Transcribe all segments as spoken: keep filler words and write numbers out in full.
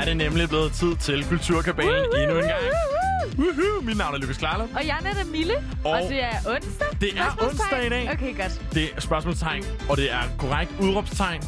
det nemlig blevet tid til Kulturkabalen endnu en gang. Woohoo! Mit navn er Lukas Klarlund. Og jeg er Mille, og, og det er onsdag. Det er onsdag i dag. Okay, godt. Det er spørgsmålstegn, og det er korrekt udråbstegn.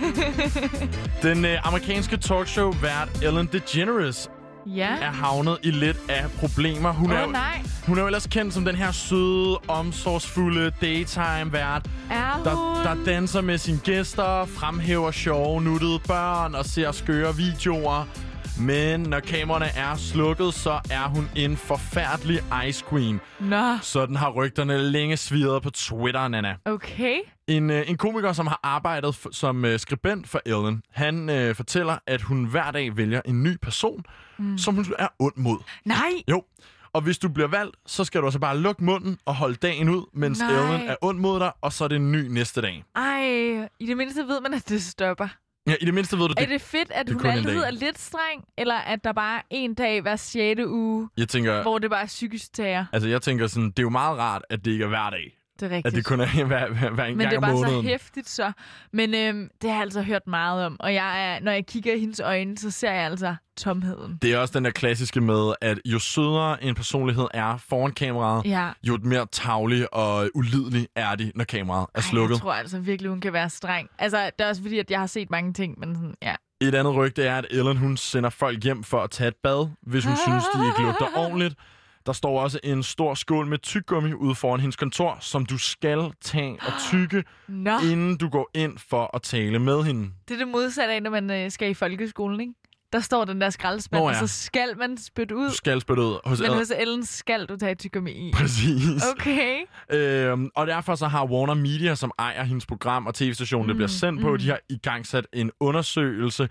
Den øh, amerikanske talkshow-vært Ellen DeGeneres ja. er havnet i lidt af problemer. Hun, oh, er jo, nej. hun er jo ellers kendt som den her søde, omsorgsfulde daytime-vært, der, der danser med sine gæster, fremhæver sjove, nuttede børn og ser skøre videoer. Men når kameraerne er slukket, så er hun en forfærdelig ice queen. Nå. Sådan har rygterne længe svirret på Twitter, Nana. Okay. En, øh, en komiker, som har arbejdet f- som øh, skribent for Ellen, han øh, fortæller, at hun hver dag vælger en ny person, mm. som hun er ond mod. Nej! Jo. Og hvis du bliver valgt, så skal du altså bare lukke munden og holde dagen ud, mens Nej. Ellen er ond mod dig, og så er det en ny næste dag. Ej, i det mindste ved man, at det stopper. Ja, i det mindste ved du det. Er det fedt, at det hun altid er lidt streng, eller at der bare er en dag hver sjette uge, jeg tænker, hvor det bare er psykisk tager? Altså, jeg tænker sådan, det er jo meget rart, at det ikke er hver dag. Det er rigtigt. At det kun er hver, hver, hver en Men gang om måneden. Men det er bare så hæftigt så. Men øhm, det har jeg altså hørt meget om. Og jeg er, når jeg kigger i hendes øjne, så ser jeg altså tomheden. Det er også den der klassiske med, at jo sødere en personlighed er foran kameraet, ja. jo mere tarvelig og ulidelig er de, når kameraet er slukket. Ej, jeg tror altså virkelig, hun kan være streng. Altså, det er også fordi, at jeg har set mange ting, men sådan, ja. Et andet rygte er, at Ellen hun sender folk hjem for at tage et bad, hvis hun synes, de ikke lugter ordentligt. Der står også en stor skål med tyggegummi ude foran hendes kontor, som du skal tage og tygge, Nå. inden du går ind for at tale med hende. Det er det modsatte af, når man øh, skal i folkeskolen, ikke? Der står den der skraldespand, Nå, ja. og så skal man spytte ud. Du skal spytte ud. Hos Men Ellen. hos Ellen skal du tage tyggegummi i. Præcis. Okay. Øhm, og derfor så har Warner Media, som ejer hendes program og tv-stationen, mm, det bliver sendt mm. på, de har igangsat en undersøgelse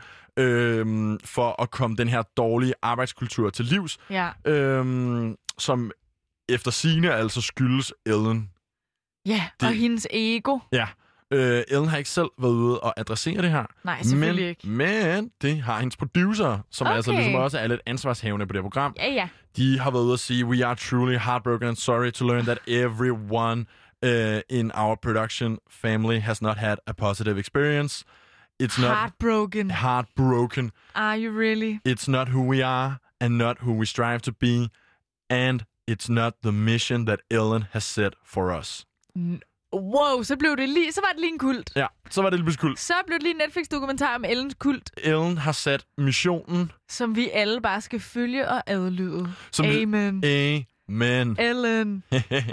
øhm, for at komme den her dårlige arbejdskultur til livs, ja. øhm, som efter sigende altså skyldes Ellen. Ja, det, og hendes ego. Ja. Øh, Ellen har ikke selv været ude og adressere det her. Nej, selvfølgelig men, ikke. Men det har hendes producer, som okay. altså ligesom også er lidt ansvarshavende på det program. Ja, ja. De har været ude at sige, we are truly heartbroken and sorry to learn that everyone uh, in our production family has not had a positive experience. It's not heartbroken. Heartbroken. Are you really? It's not who we are and not who we strive to be. And it's not the mission that Ellen has set for us. N- Wow, så blev det lige, så var det lige en kult. Ja, så var det lige kult. Så blev det lige en Netflix-dokumentar om Ellens kult. Ellen har sat missionen, som vi alle bare skal følge og adlyde. Som Amen. Vi, amen. Ellen.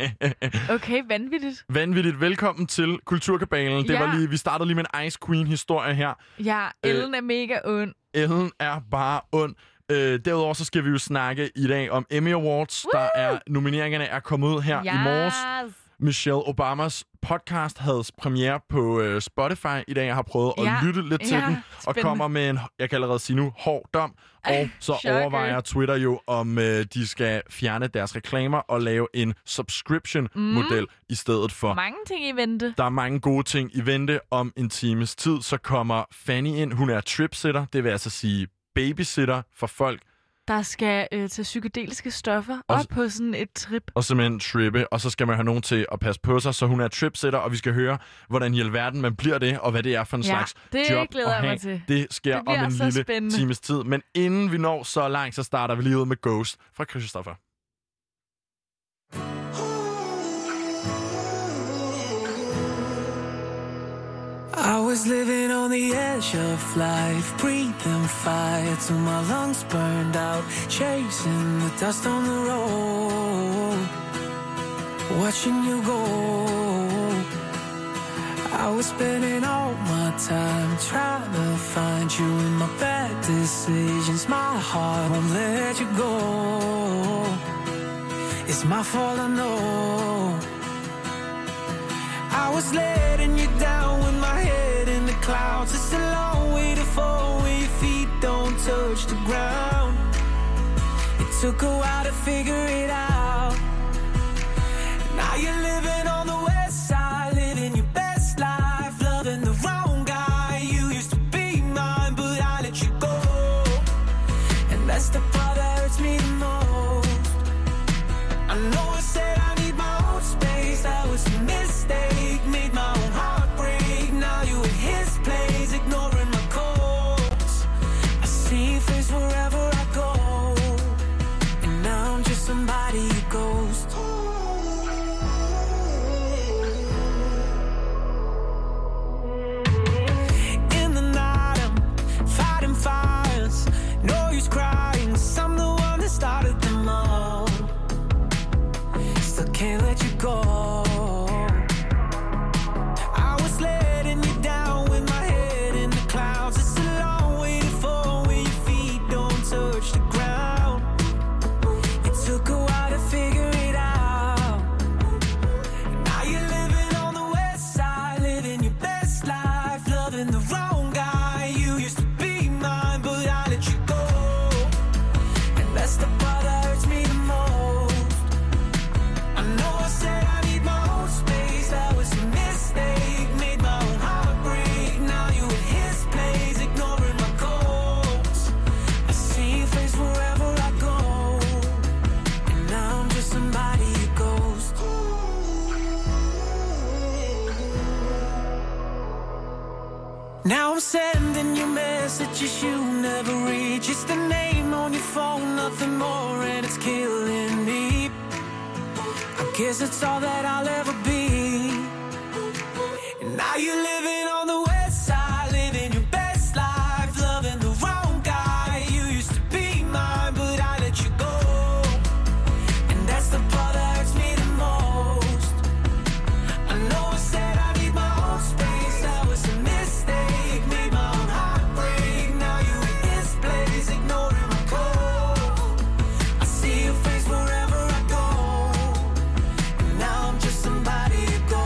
Okay, vanvittigt. Vanvittigt. Velkommen til Kulturkabalen. Det ja. var lige, vi startede lige med en Ice Queen-historie her. Ja, Ellen øh, er mega ond. Ellen er bare ond. Øh, derudover så skal vi jo snakke i dag om Emmy Awards. Woo! Der er nomineringerne er kommet ud her yes. i morges. Michelle Obamas podcast havde premiere på øh, Spotify i dag. Jeg har prøvet at ja. lytte lidt ja. til den, og Spændende. kommer med en, jeg kan allerede sige nu, hård dom. Og så Shocker. overvejer Twitter jo, om øh, de skal fjerne deres reklamer og lave en subscription-model mm. i stedet for. Mange ting i vente. Der er mange gode ting i vente. Om en times tid, så kommer Fanny ind. Hun er tripsitter, det vil altså sige babysitter for folk, der skal øh, tage psykedeliske stoffer og, op på sådan et trip. Og simpelthen trippe, og så skal man have nogen til at passe på sig, så hun er tripsitter, og vi skal høre, hvordan i alverden man bliver det, og hvad det er for en ja, slags det job glæder at jeg have. mig til. Det sker det om en lille spændende. times tid. Men inden vi når så langt, så starter vi lige ud med Ghost fra Christopher. I was living on the edge of life, breathing fire till my lungs burned out, chasing the dust on the road, watching you go. I was spending all my time trying to find you in my bad decisions. My heart won't let you go. It's my fault, I know. I was letting you down with my head in the clouds. It's a long way to fall where your feet don't touch the ground. It took a while to figure it out. Now you're living on the west side, living your best life, loving the wrong guy. You used to be mine, but I let you go. And that's the part that hurts me the most. I know I said I need my own space, that was a mistake. Made my own heart break, now you at his place, ignoring my calls. I see your face Now I'm sending you messages you never read. Just a name on your phone, nothing more, and it's killing me. I guess it's all that I'll ever be. And now you're living on the west side, living your best life, loving the wrong guy. You used to be mine, but I let you go. And that's the part that hurts me the most. I know I said I need my own space, that was a mistake. Made my own heartbreak, now you in this place, ignoring my call. I see your face wherever I go. And now I'm just somebody to go.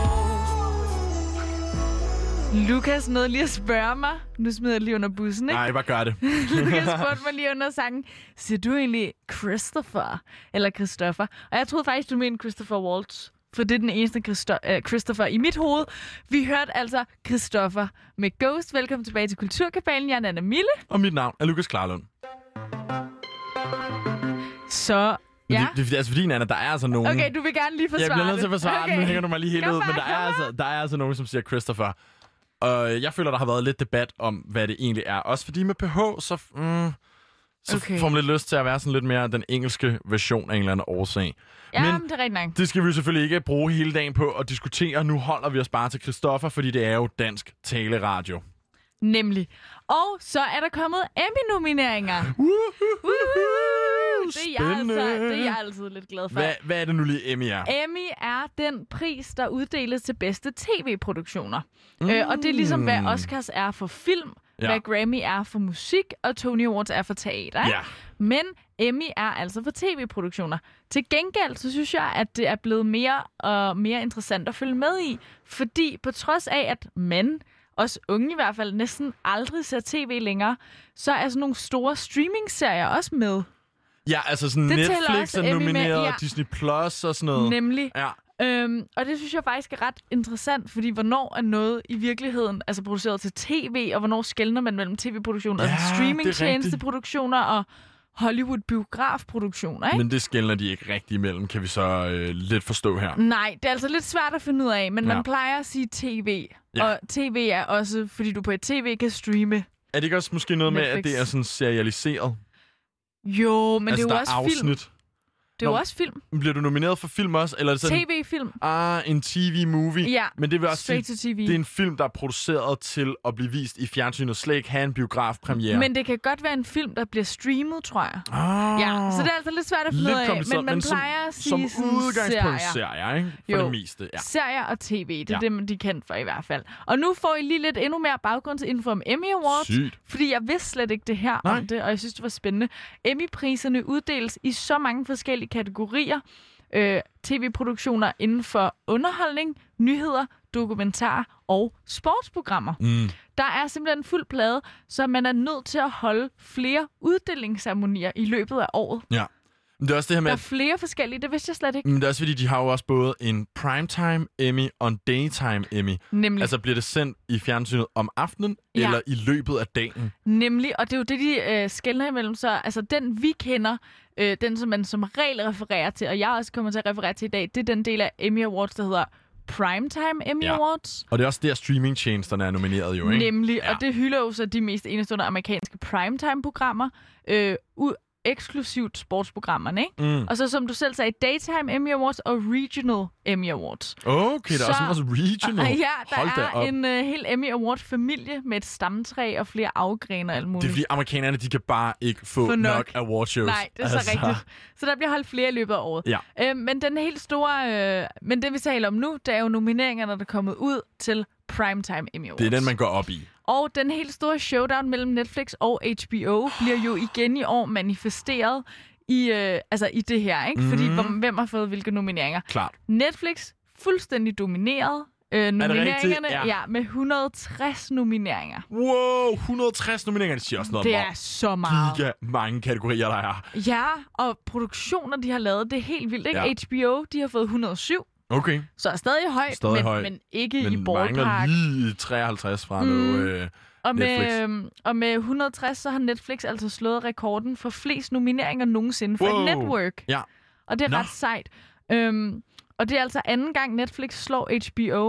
Lukas nåede lige at spørge mig. Nu smider jeg lige under bussen, ikke? Nej, hvad gør det? Lukas spurgte mig lige under sangen, siger du egentlig Christopher? Eller Christopher? Og jeg troede faktisk, du mente Christopher Waltz. For det er den eneste Christo- uh, Christopher i mit hoved. Vi hørte altså Christopher med Ghost. Velkommen tilbage til Kulturkabalen. Jeg er Nana Mille. Og mit navn er Lukas Klarlund. Så... Men Ja. det, det er altså fordi, Nana, der er altså nogen... Okay, du vil gerne lige forsvare Jeg bliver nødt til at det. forsvare Okay. den, nu hænger du mig lige helt Kom ud. bare, Men der er, kom altså, der er altså nogen, som siger Christopher. Og jeg føler, der har været lidt debat om, hvad det egentlig er. Også fordi med P H, så, mm, så Okay. får man lidt lyst til at være sådan lidt mere den engelske version af en eller anden årsag. Ja, Men men det er rigtig nok. det skal vi jo selvfølgelig ikke bruge hele dagen på at diskutere. Nu holder vi os bare til Christopher, fordi det er jo dansk taleradio. Nemlig. Og så er der kommet Emmy-nomineringer. Woohoo! Det er, jeg altså, det er jeg altid lidt glad for. Hvad, hvad er det nu lige, Emmy er? Emmy er den pris, der uddeles til bedste tv-produktioner. Mm. Øh, og det er ligesom, hvad Oscars er for film, Ja. hvad Grammy er for musik, og Tony Awards er for teater. Ikke? Ja. Men Emmy er altså for tv-produktioner. Til gengæld, så synes jeg, at det er blevet mere og mere interessant at følge med i. Fordi på trods af, at mænd, os unge i hvert fald, næsten aldrig ser tv længere, så er sådan nogle store streaming-serier også med. Ja, altså sådan Det tæller Netflix også er Emmy med, nomineret, ja. Disney Plus og sådan noget. Nemlig. Ja. Øhm, og det synes jeg faktisk er ret interessant, fordi hvornår er noget i virkeligheden altså produceret til tv, og hvornår skelner man mellem tv-produktioner, Ja, altså det er streaming-tjenesteproduktioner og Hollywood-biografproduktioner, ikke? Men det skældner de ikke rigtig imellem, kan vi så øh, lidt forstå her. Nej, det er altså lidt svært at finde ud af, men Ja. man plejer at sige tv. Ja. Og tv er også, fordi du på et tv kan streame. Er det ikke også måske noget Netflix. med, at det er sådan serialiseret? Jo, men altså, det er jo der også er film. afsnit. Det er jo Nå, også film. Bliver du nomineret for film også? Eller er det sådan, tv-film. ah, en T V-movie? Ja, Men det vil også sige, straight to T V. det er en film, der er produceret til at blive vist i fjernsynet og slet ikke have en biografpremiere. Men det kan godt være en film, der bliver streamet, tror jeg. ah, Ja, så det er altså lidt svært at finde lidt ud af, kompliceret, men man men som- plejer at sige som sådan udgangspunkt serier. serier, ikke? For Jo. det meste, ja. Serier og tv, det er Ja. det, de er kendt for i hvert fald. Og nu får I lige lidt endnu mere baggrundsinfo om Emmy Awards, Sygt. fordi jeg vidste slet ikke det her Nej. om det, og jeg synes, det var spændende. Emmy-priserne uddeles i så mange forskellige kategorier. Øh, tv-produktioner inden for underholdning, nyheder, dokumentar og sportsprogrammer. Mm. Der er simpelthen fuld plade, så man er nødt til at holde flere uddelingsceremonier i løbet af året. Ja. Men det er også det her med, Der er at flere forskellige, det vidste jeg slet ikke. men det er også fordi, de har jo også både en primetime Emmy og en daytime Emmy. Nemlig. Altså bliver det sendt i fjernsynet om aftenen, Ja. eller i løbet af dagen? Nemlig, og det er jo det, de øh, skelner imellem. Så altså, den vi kender, øh, den som man som regel refererer til, og jeg også kommer til at referere til i dag, det er den del af Emmy Awards, der hedder Primetime Emmy Ja. Awards. Og det er også der, streamingtjenesterne er nomineret jo, ikke? Nemlig, Ja. og det hylder jo så de mest enestående amerikanske primetime-programmer, øh, u- eksklusivt sportsprogrammerne, ikke? Mm. Og så som du selv sagde, Daytime Emmy Awards og Regional Emmy Awards. Okay, der er Så- også også regional. Og ja, der Hold da er op. en øh, hel Emmy Award-familie med et stamtræ og flere afgrene og alt muligt. Det er fordi amerikanerne, de kan bare ikke få Få nok. nok awardshows. Nej, det er så rigtigt. Så der bliver holdt flere i løbet af året. Ja. Øh, men den helt store... Øh, men det, vi taler om nu, det er jo nomineringerne, der er kommet ud til Primetime Emmy Awards. Det er den, man går op i. Og den helt store showdown mellem Netflix og H B O bliver jo igen i år manifesteret i, øh, altså i det her, ikke? Fordi Mhm. hvor, hvem har fået hvilke nomineringer? Klart. Netflix fuldstændig domineret øh, nomineringerne, rigtigt? Ja. ja, med et hundrede og tres nomineringer. Wow, et hundrede og tres nomineringer, det siger også noget Det om, er så meget. giga mange kategorier, der er. Ja, og produktioner, de har lavet, det er helt vildt, ikke? Ja. H B O, de har fået et hundrede og syv, Okay, så er stadig højt, Stadig men, højt. men ikke men i mangler ballpark. lige treoghalvtreds fra Mm. nu. Øh, Og Netflix. med, øhm, og med et hundrede og tres, så har Netflix altså slået rekorden for flest nomineringer nogensinde for Wow. et network. Ja. Og det er Nå. ret sejt. Øhm, og det er altså anden gang, Netflix slår H B O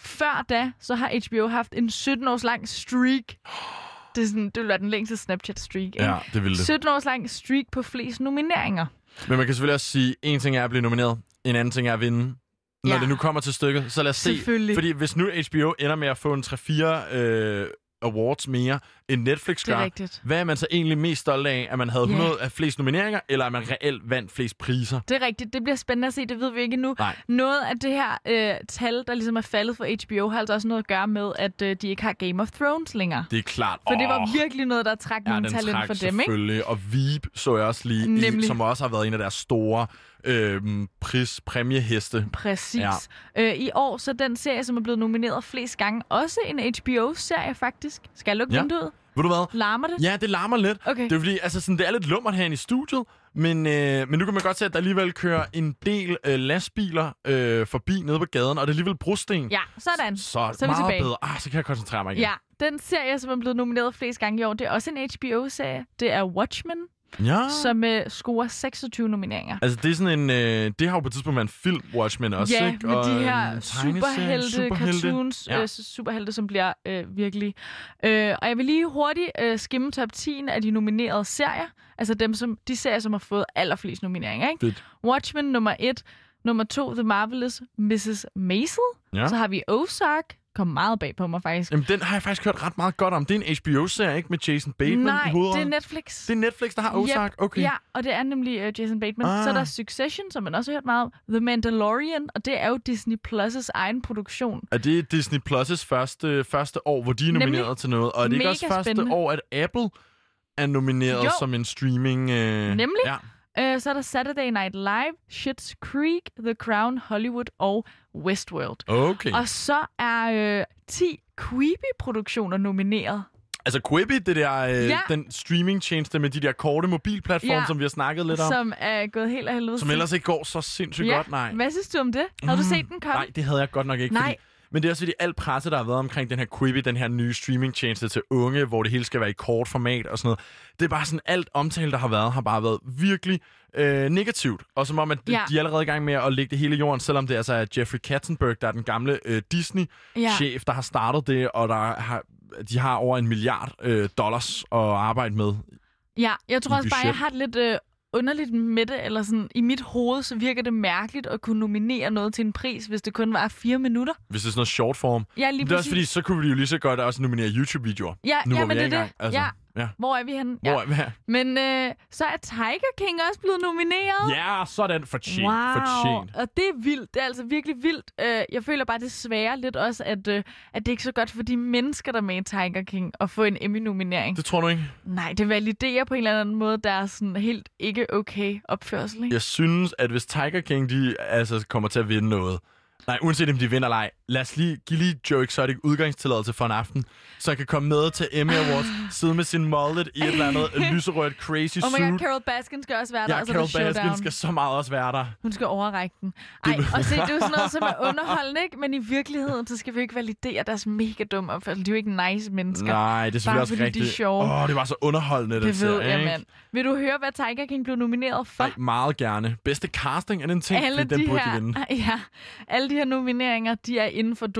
Før da, så har H B O haft en sytten års lang streak. Det, er sådan, det vil være den længste Snapchat-streak, ikke? Ja, det vil det. sytten års lang streak på flest nomineringer. Men man kan selvfølgelig også sige, en ting er at blive nomineret, en anden ting er at vinde. Når Ja. det nu kommer til stykket, så lad os se. Fordi hvis nu H B O ender med at få en tre fire øh, awards mere, end Netflix gør, hvad er man så egentlig mest stolt af? At man havde hundrede yeah. af flest nomineringer, eller at man reelt vandt flest priser? Det er rigtigt. Det bliver spændende at se. Det ved vi ikke endnu. Nej. Noget af det her øh, tal, der ligesom er faldet for H B O, har altså også noget at gøre med, at øh, de ikke har Game of Thrones længere. Det er klart. For oh. det var virkelig noget, der trak ja, nogle talent for dem, ikke? Og Veep så jeg også lige, i, som også har været en af deres store øh, pris, præmieheste. Præcis. Ja. Øh, I år så den serie, som er blevet nomineret flest gange, også en H B O-serie faktisk. Skal jeg lukke ja. vinduet? Ved du hvad? Larmer det? Ja, det larmer lidt. Okay. Det er fordi, altså, sådan, det er lidt lummert herinde i studiet, men, øh, men nu kan man godt se, at der alligevel kører en del øh, lastbiler øh, forbi nede på gaden, og det er alligevel brosten. Ja, sådan. Så, så er vi meget tilbage. bedre. Ah, så kan jeg koncentrere mig igen. Ja, den serie, som er blevet nomineret flest gange i år, det er også en H B O-serie. Det er Watchmen. Ja. Som øh, scorer seksogtyve nomineringer. Altså, det er sådan en... Øh, det har jo på et tidspunkt været en film, Watchmen også, ja, ikke? med og de her superhelte, superhelte, cartoons, ja. øh, superhelte, som bliver øh, virkelig... Øh, og jeg vil lige hurtigt øh, skimme top ti af de nominerede serier. Altså dem, som, de serier, som har fået allerflest nomineringer, ikke? Fedt. Watchmen nummer et. Nummer to, The Marvelous missus Maisel. Ja. Så har vi Ozark. Kom meget bag på mig, faktisk. Jamen, den har jeg faktisk hørt ret meget godt om. Det er en H B O-serie, ikke? Med Jason Bateman Nej, i hovedet. det er Netflix. Det er Netflix, der har Ozark? Yep. Okay. Ja, og det er nemlig uh, Jason Bateman. Ah. Så er der Succession, som man også har hørt meget om. The Mandalorian, og det er jo Disney Plus' egen produktion. Er det Disney Plus' første, første år, hvor de er nomineret nemlig til noget? Og er det ikke også første spændende. år, at Apple er nomineret jo. som en streaming... Øh... Nemlig. Ja. Uh, så er der Saturday Night Live, Schitt's Creek, The Crown, Hollywood og Westworld. Okay. Og så er uh, ti Quibi-produktioner nomineret. Altså Quibi, det der, øh, ja. den streaming-tjeneste med de der korte mobilplatforme, ja. som vi har snakket lidt om. Som er gået helt af helvede. Som ellers ikke går så sindssygt ja. godt, nej. Hvad synes du om det? Har du set den komme? Nej, det havde jeg godt nok ikke. Nej. Fordi, men det er også fordi, alt presse, der har været omkring den her Quibi, den her nye streaming-tjeneste til unge, hvor det hele skal være i kort format og sådan noget. Det er bare sådan, alt omtale, der har været, har bare været virkelig øh, negativt. Og som om, at ja. de er allerede i gang med at lægge det hele i jorden, selvom det altså er Jeffrey Katzenberg, der er den gamle øh, Disney-chef, ja. der har startet det, og der har, de har over en milliard øh, dollars at arbejde med. Ja, jeg tror også bare, jeg har det lidt... Øh underligt med det, eller sådan, i mit hoved, så virker det mærkeligt at kunne nominere noget til en pris, hvis det kun var fire minutter. Hvis det er sådan noget short form. Ja, lige det er også fordi, så kunne vi jo lige så godt også nominere YouTube-videoer. Ja, nu, ja men det er det. Altså, ja. Ja. Hvor er vi henne? Hvor ja. er vi her? Men øh, så er Tiger King også blevet nomineret. Ja, sådan fortjent. Wow. fortjent. Og det er vildt. Det er altså virkelig vildt. Øh, jeg føler bare, det svære lidt også, at, øh, at det ikke er så godt for de mennesker, der er med i Tiger King, at få en Emmy-nominering. Det tror du ikke? Nej, det validerer på en eller anden måde, der er sådan helt ikke okay opførsel. Ikke? Jeg synes, at hvis Tiger King de, altså, kommer til at vinde noget, nej, uanset om de vinder eller ej, lad os lige give lige Joe Exotic udgangstilladelse for en aften, så han kan komme med til Emmy Awards, sidde med sin mullet i et eller andet lyserødt crazy suit. Oh my god, Carol Baskin skal også være der. Ja, Carol Baskin skal så meget også være der. Hun skal overrække den. Ej, og se, det er jo sådan noget, som er underholdende, ikke? Men i virkeligheden, så skal vi ikke validere deres mega dumme opførsel. De er jo ikke nice mennesker. Nej, det er selvfølgelig også rigtigt. De er sjove. Åh, det var så underholdende, det den serie, ved jeg, mand. Vil du høre, hvad Tiger King blev nomineret for? Nej, meget gerne. Bedste casting er den ting, alle den de burde her, de vinde. Ja, alle de her nomineringer, de er inden for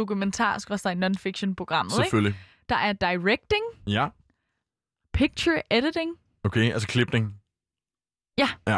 dokumentar-non-fiction-programmet, selvfølgelig. Ikke? Der er directing. Ja. Picture editing. Okay, altså klipning. Ja. Ja.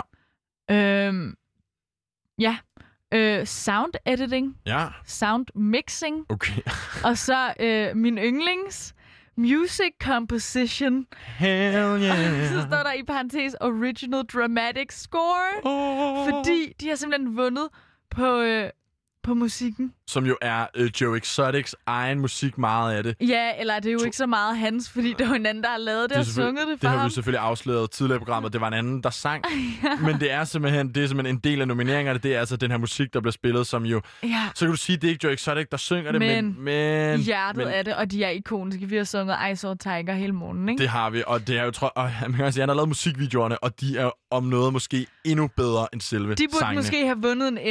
Øhm, ja. Øh, sound editing. Ja. Sound mixing. Okay. Og så øh, min yndlings, music composition. Hell yeah. Så står der i parentes original dramatic score. Oh. Fordi de har simpelthen vundet på... Øh, på musikken. Som jo er øh, Joe Exotics egen musik, meget af det. Ja, eller det er jo ikke så meget hans, fordi det var en anden, der har lavet det, det og sunget det for Det har ham. vi selvfølgelig afsløret tidligere i programmet. Det var en anden, der sang. Ja. Men det er simpelthen det er simpelthen en del af nomineringerne. Det er altså den her musik, der bliver spillet, som jo... Ja. Så kan du sige, det er ikke Joe Exotic, der synger det, men... Men, men hjertet men, er det, og de er ikoniske. Vi har sunget I Saw Tiger hele morgenen, ikke? Det har vi, og det er jo... Tro, og, man kan sige, han har lavet musikvideoerne, og de er om noget måske endnu bedre end selve De burde sangene. måske have vundet en Emmy.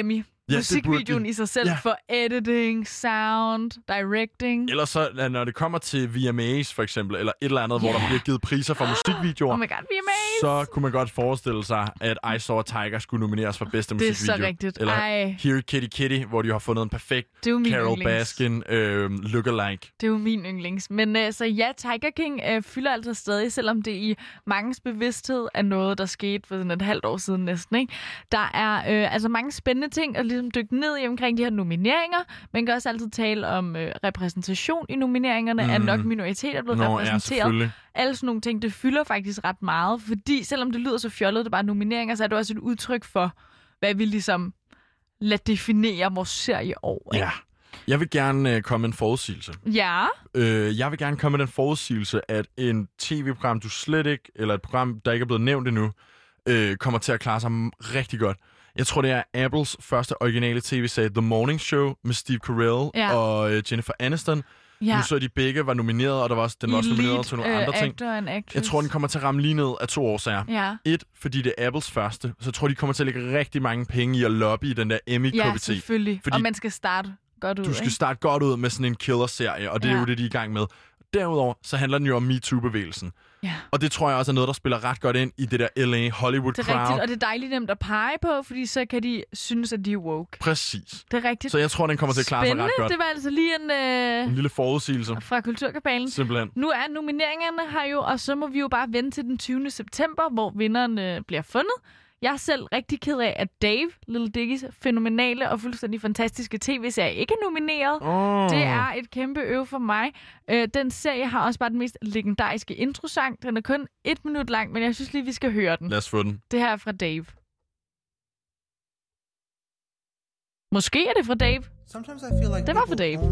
Ja, musikvideoen i sig selv ja. for editing, sound, directing. Ellers så, når det kommer til V M A's for eksempel, eller et eller andet, yeah. hvor der bliver givet priser for musikvideoer, oh my God, V M A's. så kunne man godt forestille sig, at I Saw a Tiger skulle nomineres for bedste musikvideo. Det er så rigtigt. Eller Ej. Here Kitty Kitty, hvor de har fundet en perfekt Carole Baskin øh, look-alike. Det er jo min yndlings. Men øh, så ja, Tiger King øh, fylder altså stadig, selvom det i mangens bevidsthed er noget, der skete for sådan et halvt år siden næsten. Ikke? Der er øh, altså mange spændende ting at ligesom dykke ned i omkring de her nomineringer. Man kan også altid tale om øh, repræsentation i nomineringerne. Mm. Er nok minoriteter blevet Nå, repræsenteret? Ja, alle sådan nogle ting, det fylder faktisk ret meget. Fordi selvom det lyder så fjollet, det er bare nomineringer, så er det også et udtryk for, hvad vi ligesom lader definere vores serieår. Ja. Jeg vil gerne øh, komme med en forudsigelse. Ja. Øh, jeg vil gerne komme med den forudsigelse, at en tv-program, du slet ikke, eller et program, der ikke er blevet nævnt endnu, øh, kommer til at klare sig rigtig godt. Jeg tror, det er Apples første originale tv-serie, The Morning Show, med Steve Carell ja. og øh, Jennifer Aniston. Ja. Nu så de begge var nomineret, og der var også, den var også nomineret til nogle øh, andre ting. Jeg tror, den kommer til at ramme lige ned af to årsager. Ja. Et, fordi det er Apples første, så jeg tror, de kommer til at lægge rigtig mange penge i at lobby den der Emmy-komité. Ja, selvfølgelig. Fordi og man skal starte godt ud, Du skal ikke? starte godt ud med sådan en killer-serie, og det ja. er jo det, de er i gang med. Derudover, så handler den jo om MeToo-bevægelsen. Ja. Og det tror jeg også er noget, der spiller ret godt ind i det der L A Hollywood crowd. Det er rigtigt, og det er dejligt nemt at pege på, fordi så kan de synes, at de er woke. Præcis. Det er rigtigt. Så jeg tror, den kommer til at klare sig ret godt. Det var altså lige en... Øh... En lille forudsigelse. Fra Kulturkabalen. Simpelthen. Nu er nomineringerne her jo, og så må vi jo bare vente til den tyvende september, hvor vinderen øh, bliver fundet. Jeg er selv rigtig ked af, at Dave, Little Dicky's fænomenale og fuldstændig fantastiske tv-serie ikke er nomineret. Oh. Det er et kæmpe øve for mig. Øh, den serie har også bare den mest legendariske introsang. Den er kun et minut lang, men jeg synes lige, vi skal høre den. Lad os få den. Det her er fra Dave. Måske er det fra Dave. Like det var fra Dave.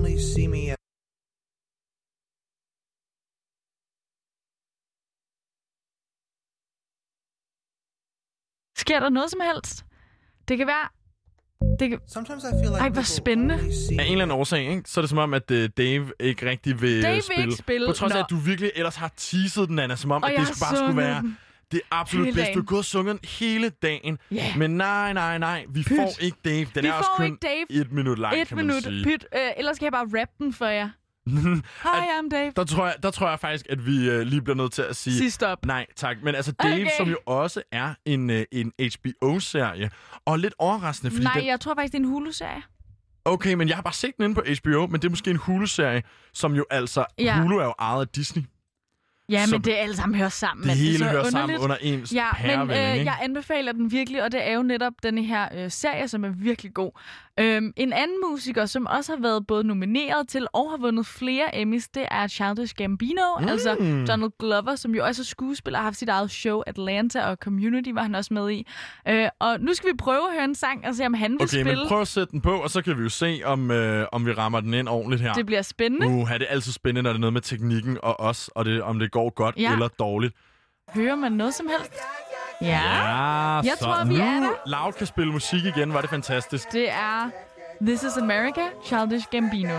Sker der noget som helst? Det kan være... Det kan... Like Ej, hvor spændende. Af en eller anden årsag, ikke? Så er det som om, at uh, Dave ikke rigtig vil Dave spille. Ikke spille. På trods af, Nå. at du virkelig ellers har teaset den, Anna, som om, og at det skulle bare skulle være den. det absolut bedste. Du har gået og sunget den hele dagen. Yeah. Men nej, nej, nej. Vi Pyt. får ikke Dave. Den vi er også kun et minut lang, et kan man minut. sige. Pyt. Uh, ellers kan jeg bare rappe den for jer. Hej, I'm Dave. Der tror, jeg, der tror jeg faktisk, at vi uh, lige bliver nødt til at sige... Sig stop. Nej, tak. Men altså Dave, okay. som jo også er en, uh, en H B O-serie. Og lidt overraskende, fordi... Nej, den... jeg tror faktisk, det er en Hulu-serie. Okay, men jeg har bare set den inde på H B O, men det er måske en Hulu-serie, som jo altså... Ja. Hulu er jo ejet af Disney. Ja, men det alle sammen hører sammen. Det hele det hører underligt. sammen under ens ja, pærevælling, men øh, ikke? jeg anbefaler den virkelig, og det er jo netop denne her øh, serie, som er virkelig god. Øhm, en anden musiker, som også har været både nomineret til og har vundet flere Emmys, det er Childish Gambino, mm. altså Donald Glover, som jo også er skuespiller og har haft sit eget show, Atlanta og Community var han også med i. Øh, og nu skal vi prøve at høre en sang og se, om han vil okay, spille. Okay, men prøv at sætte den på, og så kan vi jo se, om, øh, om vi rammer den ind ordentligt her. Det bliver spændende. Uh, det er altid spændende, når det er noget med teknikken og os, og det, om det går godt ja. eller dårligt. Hører man noget som helst? Ja. Ja, jeg så tror, vi nu er der. Loud kan spille musik igen, var det fantastisk. Det er This Is America, Childish Gambino.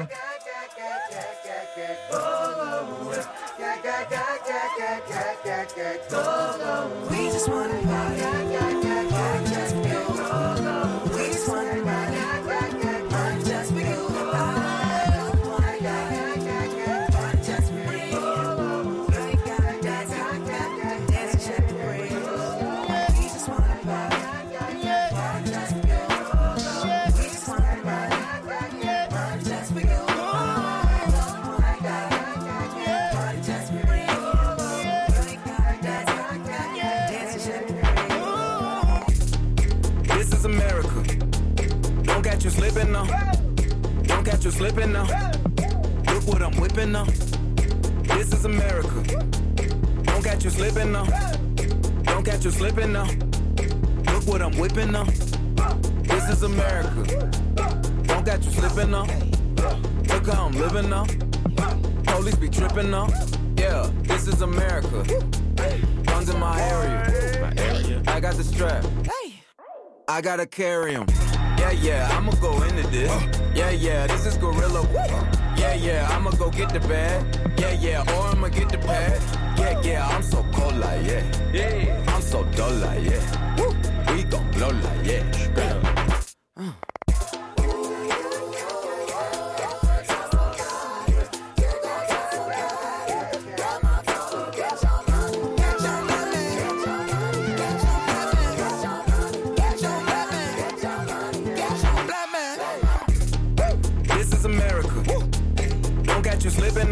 You slipping now. Don't catch you slipping now. Look what I'm whipping now. This is America. Don't catch you slipping now. Don't catch you slipping now. Look what I'm whipping now. This is America. Don't catch you slipping now. Look how I'm living now. Police be tripping now. Yeah, this is America. Guns in my area. My area. I got the strap. I gotta carry 'em. Yeah, yeah, I'ma go into this. Yeah, yeah, this is Gorilla. Yeah, yeah, I'ma go get the bag. Yeah, yeah, or I'ma get the pad. Yeah, yeah, I'm so cold like, yeah. Yeah, I'm so dull like, yeah. We gon' blow like, yeah. Uh.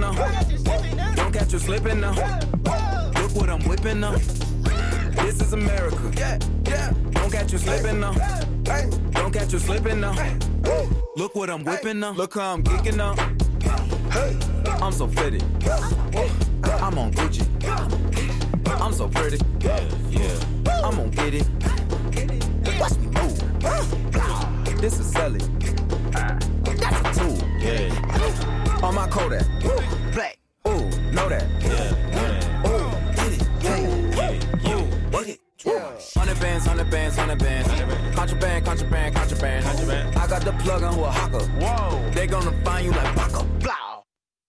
now. Don't catch you slipping now. Look what I'm whipping now. This is America. Yeah, yeah. Don't catch you slipping now. Don't catch you slipping now. Look what I'm whipping now. Look how I'm geeking now. I'm so fitted. I'm on Gucci. I'm so pretty. Yeah, yeah. I'm gonna get it. Watch me move. This is selling. That's a tool. Yeah. On my Kodak. Black. Ooh, know that. Yeah. Ooh, get it. Yeah. Ooh, get it. Hundred bands, hundred bands, hundred bands. Contraband, contraband, contraband. I got the plug on who a hawker. Whoa. They gonna find you like Baca. Blah.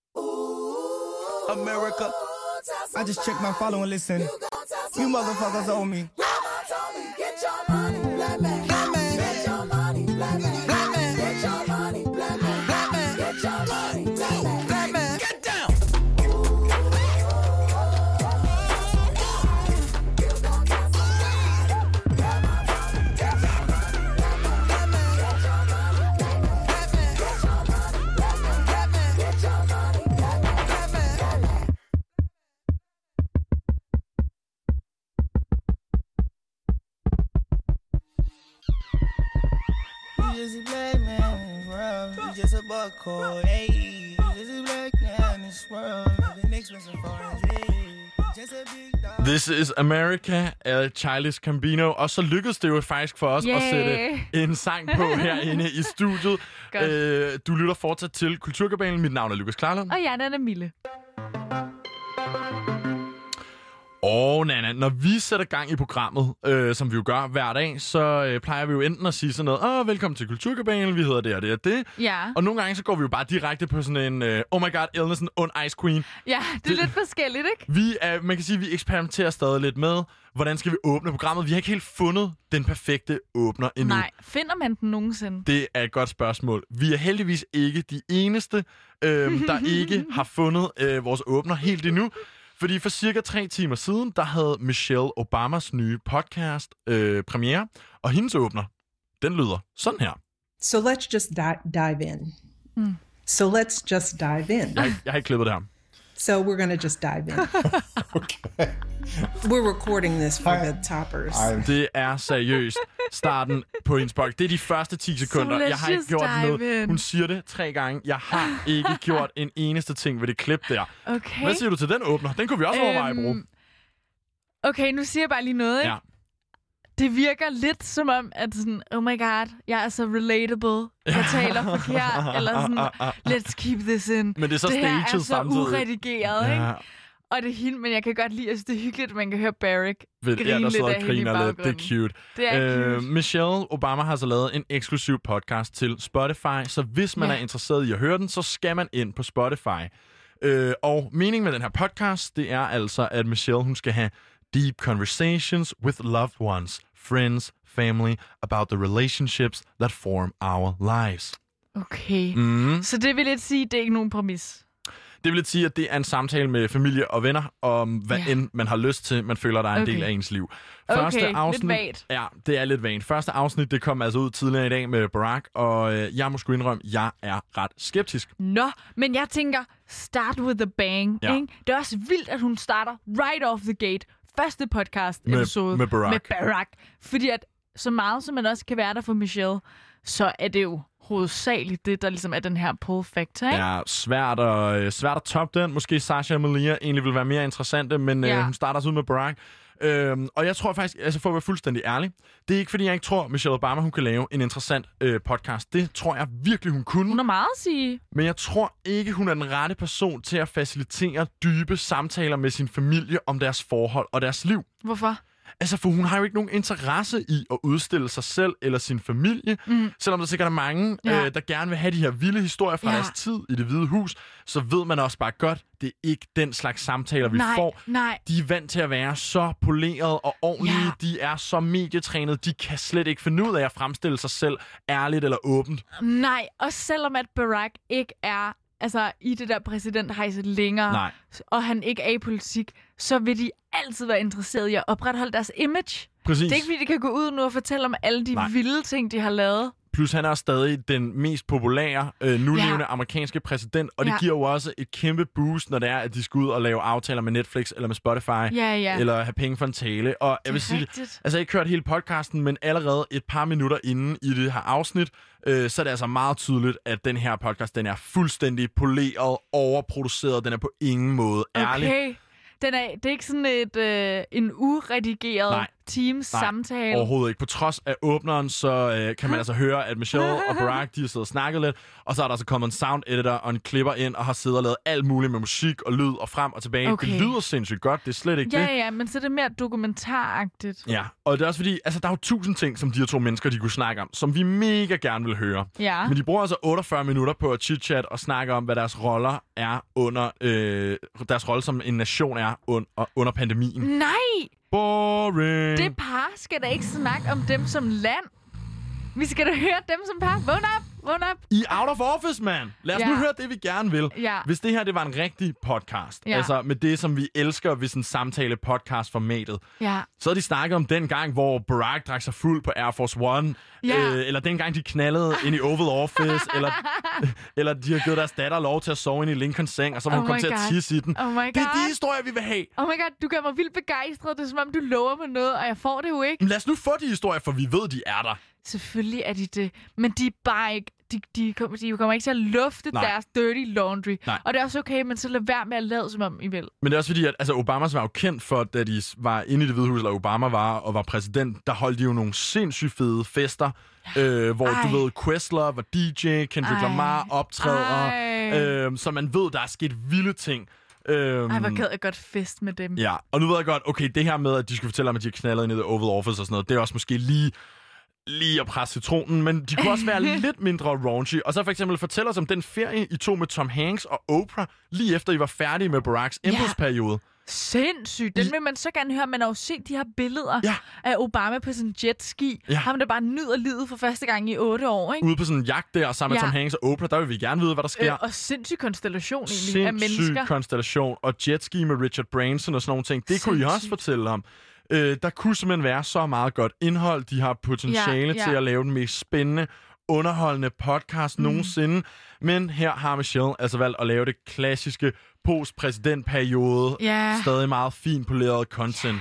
America. I just checked my follow and listen. You motherfuckers owe me. Get your money, black man. Black man. Get your money, black man. Black man. Get your money, black man. Black man. Get your money, black man. Black man. Get down. Just a black man in this world. You just a buck code. Hey, you just a black man in this world. The expensive foreign. Just a big dog. This is America af Childish Gambino. Og så lykkedes det jo faktisk for os yeah. at sætte en sang på herinde i studiet. Øh, du lytter fortsat til Kulturkabalen. Mit navn er Lukas Klarlund. Og jeg er Mille. Og Nana, når vi sætter gang i programmet, øh, som vi jo gør hver dag, så øh, plejer vi jo enten at sige sådan noget, åh, velkommen til Kulturkabalen, vi hedder det og det og det. Ja. Og nogle gange så går vi jo bare direkte på sådan en, øh, oh my god, Illness, en ond Ice Queen. Ja, det er det, lidt forskelligt, ikke? Vi er, man kan sige, vi eksperimenterer stadig lidt med, hvordan skal vi åbne programmet. Vi har ikke helt fundet den perfekte åbner endnu. Nej, finder man den nogensinde? Det er et godt spørgsmål. Vi er heldigvis ikke de eneste, øh, der ikke har fundet øh, vores åbner helt endnu. Fordi for cirka tre timer siden, der havde Michelle Obamas nye podcast øh, premiere, og hendes åbner, den lyder sådan her. So let's just di- dive in. Mm. So let's just dive in. Jeg, jeg har ikke klippet det her. So we're going to just dive in. Okay. We're recording this for the toppers. Det er seriøst starten på hendes podcast. Det er de første ti sekunder. So jeg har ikke gjort noget. In. Hun siger det tre gange. Jeg har ikke gjort en eneste ting ved det klip der. Okay. Hvad siger du til den åbner? Den kunne vi også øhm, overveje at bruge. Okay, nu siger jeg bare lige noget, ikke? Ja. Det virker lidt som om, at sådan, oh my god, jeg er så relatable. Jeg taler forkert, eller sådan, let's keep this in. Men det er så det her er så samtidig. uredigeret, ja. ikke? Og det er hende, men jeg kan godt lide, at det er hyggeligt, at man kan høre Barrick Ved, grine ja, der lidt af hende i griner lidt. Det er cute. Det er øh, cute. Michelle Obama har så lavet en eksklusiv podcast til Spotify, så hvis man ja. er interesseret i at høre den, så skal man ind på Spotify. Øh, og meningen med den her podcast, det er altså, at Michelle hun skal have deep conversations with loved ones, friends, family, about the relationships that form our lives. Okay. Mm. Så det vil lidt sige, at det er ikke nogen præmis. Det vil lidt sige, at det er en samtale med familie og venner, om hvad yeah. end man har lyst til, man føler, der er en okay. del af ens liv. Første okay, afsnit, lidt vagt. Ja, det er lidt vagt. Første afsnit, det kom altså ud tidligere i dag med Barack, og øh, jeg må sgu indrømme, jeg er ret skeptisk. Nå, men jeg tænker, start with a bang, ja. ikke? Det er også vildt, at hun starter right off the gate. Første podcast-episode med, med, Barack. med Barack. Fordi at så meget, som man også kan være der for Michelle, så er det jo hovedsageligt det, der ligesom er den her pull factor, ikke? Ja, svært at, svært at toppe den. Måske Sasha og Malia egentlig vil være mere interessante, men ja. øh, hun starter også ud med Barack. Øhm, og jeg tror faktisk, altså for at være fuldstændig ærlig, det er ikke fordi, jeg ikke tror, Michelle Obama hun kan lave en interessant øh, podcast. Det tror jeg virkelig, hun kunne. Hun har meget at sige. Men jeg tror ikke, hun er den rette person til at facilitere dybe samtaler med sin familie om deres forhold og deres liv. Hvorfor? Altså, for hun har jo ikke nogen interesse i at udstille sig selv eller sin familie. Mm. Selvom der sikkert er mange, ja. øh, der gerne vil have de her vilde historier fra ja. deres tid i Det Hvide Hus, så ved man også bare godt, det er ikke den slags samtaler, vi nej, får. Nej. De er vant til at være så poleret og ordentlige. Ja. De er så medietrænede. De kan slet ikke finde ud af at fremstille sig selv ærligt eller åbent. Nej, og selvom at Barack ikke er altså i det der præsidenthejse længere, nej. og han ikke er i politik, så vil de altid være interesserede i at opretholde deres image. Præcis. Det er ikke, fordi de kan gå ud nu og fortælle om alle de Nej. vilde ting, de har lavet plus han er stadig den mest populære øh, nulevende ja. amerikanske præsident, og det ja. giver jo også et kæmpe boost, når det er, at de skal ud og lave aftaler med Netflix eller med Spotify, ja, ja. eller have penge for en tale. Og jeg vil sige, rigtigt. altså jeg har ikke hørt hele podcasten, men allerede et par minutter inden i det her afsnit, øh, så er det altså meget tydeligt, at den her podcast, den er fuldstændig poleret, overproduceret, den er på ingen måde ærlig. Okay. Den er, det er ikke sådan et, øh, en uredigeret Nej. Teams Nej, samtale. Overhovedet ikke. På trods af åbneren, så øh, kan man altså høre, at Michelle og Barack, de har siddet og snakket lidt, og så er der altså kommet en sound editor og en klipper ind, og har siddet og lavet alt muligt med musik og lyd og frem og tilbage. Okay. Det lyder sindssygt godt, det er slet ikke ja, det. Ja, ja, men så er det mere dokumentaragtigt. Ja, og det er også fordi, altså der er jo tusind ting, som de her to mennesker, de kunne snakke om, som vi mega gerne vil høre. Ja. Men de bruger altså otteogfyrre minutter på at chit-chat og snakke om, hvad deres roller er under, øh, deres rolle som en nation er under, under pandemien. Nej! Boring. Det par skal da ikke snakke om dem som land. Vi skal da høre dem som par. Vågn op, vågn op. I out of office, man. Lad os ja. nu høre det, vi gerne vil. Ja. Hvis det her, det var en rigtig podcast, ja. altså med det, som vi elsker ved sådan en samtale-podcast-formatet, ja. så har de snakket om den gang, hvor Barack drak sig fuld på Air Force One, ja. øh, eller den gang, de knaldede ind i Oval Office, eller, eller de har givet deres datter lov til at sove ind i Lincolns seng, og så må oh hun komme til at tisse i den. Oh det er de historier, vi vil have. Oh my god, du gør mig vildt begejstret. Det er som om, du lover mig noget, og jeg får det jo ikke. Men lad os nu få de historier, for vi ved, de er der. Selvfølgelig er de det. Men de er bare ikke... De, de, kommer, de kommer ikke til at lufte Nej. deres dirty laundry. Nej. Og det er også okay, men så lad være med at lade, som om I vil. Men det er også fordi, at altså, Obamas var jo kendt for, da de var inde i Det Hvide Hus, eller Obama var og var præsident, der holdt de jo nogle sindssygt fede fester, øh, hvor Ej. du ved, Questlove var D J, Kendrick Ej. Lamar optræder, øh, så man ved, der er sket vilde ting. Øhm, Ej, hvor gad jeg godt fest med dem. Ja, og nu ved jeg godt, okay, det her med, at de skulle fortælle om, at de har knaldet ind i The Oval Office og sådan noget, det er også måske lige... lige at presse citronen, men de kunne også være lidt mindre raunchy. Og så for eksempel fortælle os om den ferie, I tog med Tom Hanks og Oprah, lige efter I var færdige med Baracks embedsperiode. Ja. Sindssygt. Den vil man så gerne høre. Man har jo set de her billeder ja. af Obama på sådan en jetski. Ja. Ham, der bare nyder livet for første gang i otte år, ikke? Ude på sådan en jagt der, sammen ja. med Tom Hanks og Oprah, der vil vi gerne vide, hvad der sker. Øh, og sindssyg konstellation egentlig sindssyg af mennesker. Sindssyg konstellation. Og jetski med Richard Branson og sådan nogle ting. Det sindssygt. Kunne I også fortælle om. Øh, der kunne simpelthen være så meget godt indhold. De har potentiale ja, ja. til at lave den mest spændende, underholdende podcast mm. nogensinde. Men her har Michelle altså valgt at lave det klassiske post-præsidentperiode. Yeah. Stadig meget fint poleret content.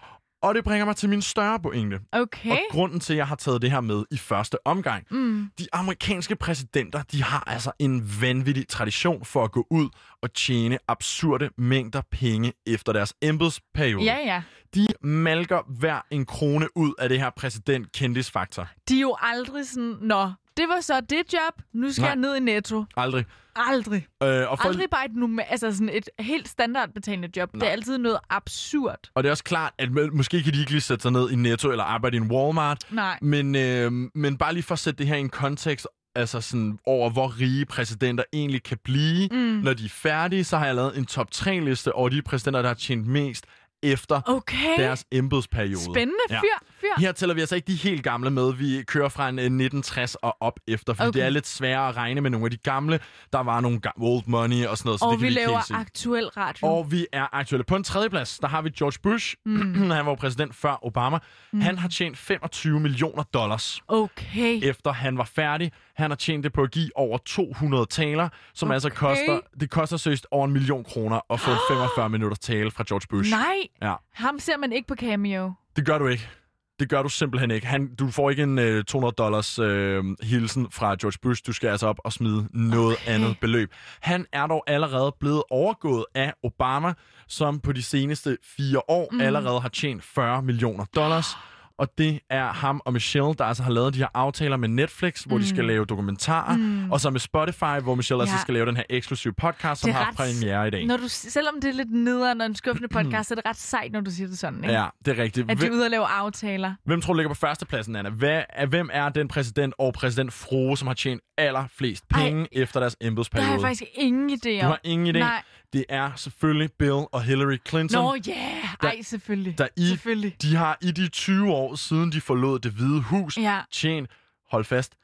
Og det bringer mig til min større pointe. Okay. Og grunden til, at jeg har taget det her med i første omgang. Mm. De amerikanske præsidenter, de har altså en vanvittig tradition for at gå ud og tjene absurde mængder penge efter deres embedsperiode. Ja, ja. De malker hver en krone ud af det her præsident-kendisfaktor. De er jo aldrig sådan, nå, det var så det job, nu skal Nej. jeg ned i Netto. Aldrig. Aldrig. Øh, og for... Aldrig bare et, nummer, altså sådan et helt standardbetalende job. Nej. Det er altid noget absurd. Og det er også klart, at måske kan de ikke lige sætte sig ned i Netto eller arbejde i en Walmart. Nej. Men, øh, men bare lige for at sætte det her i en kontekst, altså sådan over, hvor rige præsidenter egentlig kan blive. Mm. Når de er færdige, så har jeg lavet en top tre liste over de præsidenter, der har tjent mest efter okay. deres embedsperiode. Spændende. Fyr, fyr. Her tæller vi altså ikke de helt gamle med. Vi kører fra en nitten tres og op efter, fordi okay. det er lidt sværere at regne med nogle af de gamle. Der var nogle old money og sådan noget, så og det kan vi vi laver se. aktuel radio. Og vi er aktuelle. På en tredjeplads, der har vi George Bush. Mm. Han var præsident før Obama. Mm. Han har tjent femogtyve millioner dollars. Okay. Efter han var færdig. Han har tjent det på at give over to hundrede taler, som okay. altså koster, det koster søst over en million kroner at få femogfyrre minutters tale fra George Bush. Nej, ja. Ham ser man ikke på Cameo. Det gør du ikke. Det gør du simpelthen ikke. Han, du får ikke en uh, to hundrede dollars uh, hilsen fra George Bush. Du skal altså op og smide noget okay. andet beløb. Han er dog allerede blevet overgået af Obama, som på de seneste fire år mm. allerede har tjent fyrre millioner dollars. Og det er ham og Michelle, der altså har lavet de her aftaler med Netflix, hvor mm. de skal lave dokumentarer. Mm. Og så med Spotify, hvor Michelle ja. altså skal lave den her eksklusive podcast, som har premiere i dag. Når du, selvom det er lidt nederen og en skuffende podcast, så er det ret sejt, når du siger det sådan, ikke? Ja, det er rigtigt. At de er ude og lave aftaler. Hvem tror du ligger på førstepladsen, Anna? Hvad, hvem er den præsident og præsident Frue, som har tjent allerflest penge Ej, efter deres embedsperiode? Der har jeg faktisk ingen idé om. Du har ingen idé? Nej. Det er selvfølgelig Bill og Hillary Clinton. Nå ja, yeah. ej selvfølgelig. Der i, selvfølgelig. De har i de tyve år, siden de forlod Det Hvide Hus, ja. tjent, hold fast,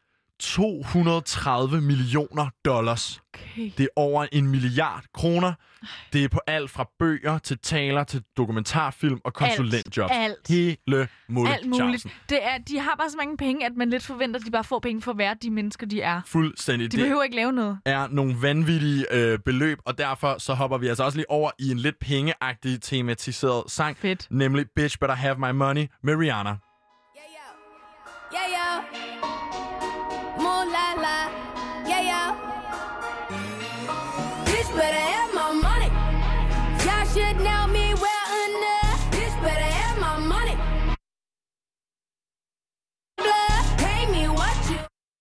to hundrede og tredive millioner dollars. Okay. Det er over en milliard kroner. Det er på alt fra bøger til taler til dokumentarfilm og konsulentjobs. Alt. Hele muligt. Alt muligt. Det er, de har bare så mange penge, at man lidt forventer, at de bare får penge for at være de mennesker, de er. Fuldstændig. De behøver ikke lave noget. Det er nogle vanvittige øh, beløb, og derfor så hopper vi altså også lige over i en lidt pengeagtig tematiseret sang. Fedt. Nemlig Bitch Better Have My Money med Rihanna. Yeah, yeah. Moon la la. Yeah, yeah. Bitch better have my money. Y'all should know me well enough. Bitch better have my money. Blood, pay me what you.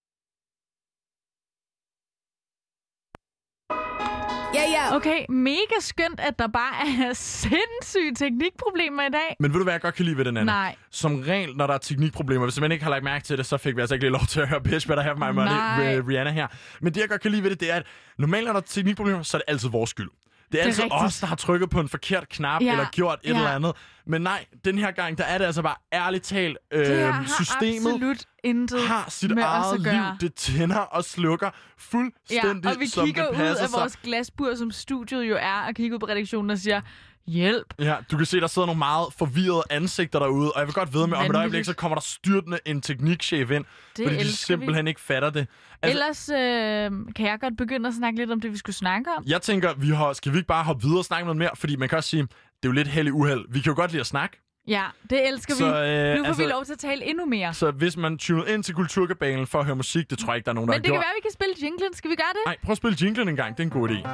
Yeah, yeah. Okay, mega skønt, at der bare er sindssyge teknikproblemer i dag. Men ved du, hvad jeg godt kan lide ved den anden? Nej. Som regel, når der er teknikproblemer, hvis man ikke har lagt mærke til det, så fik vi altså ikke lige lov til at høre Bitch Better Have My Money med Rihanna her. Men det, jeg godt kan lide ved det, det er, at normalt, når der er teknikproblemer, så er det altid vores skyld. Det er, det er altid rigtigt. Os, der har trykket på en forkert knap ja. eller gjort et ja. eller andet. Men nej, den her gang, der er det altså bare ærligt talt, øh, systemet absolut intet har sit med eget liv. Det tænder og slukker fuldstændig, ja, og vi som kigger det ud af sig. vores glasbur, som studiet jo er, og kigger ud på redaktionen og siger, hjælp. Ja, du kan se, der sidder nogle meget forvirrede ansigter derude, og jeg vil godt vide med, om et øjeblik, så kommer der styrtende en teknikchef ind, det fordi de simpelthen vi. ikke fatter det. Altså, ellers øh, kan jeg godt begynde at snakke lidt om det, vi skulle snakke om. Jeg tænker, vi har, skal vi ikke bare hoppe videre og snakke noget mere? Fordi man kan også sige, det er jo lidt held i uheld. Vi kan jo godt lide at snakke. Ja, det elsker så, vi. Øh, nu får altså, vi lov til at tale endnu mere. Så hvis man tuner ind til Kulturkabalen for at høre musik, det tror jeg ikke, der er nogen, der Men har det gjort. kan være, vi kan spille jinglen. Skal vi gøre det? Nej, prøv at spille jinglen en gang. Det er en god idé.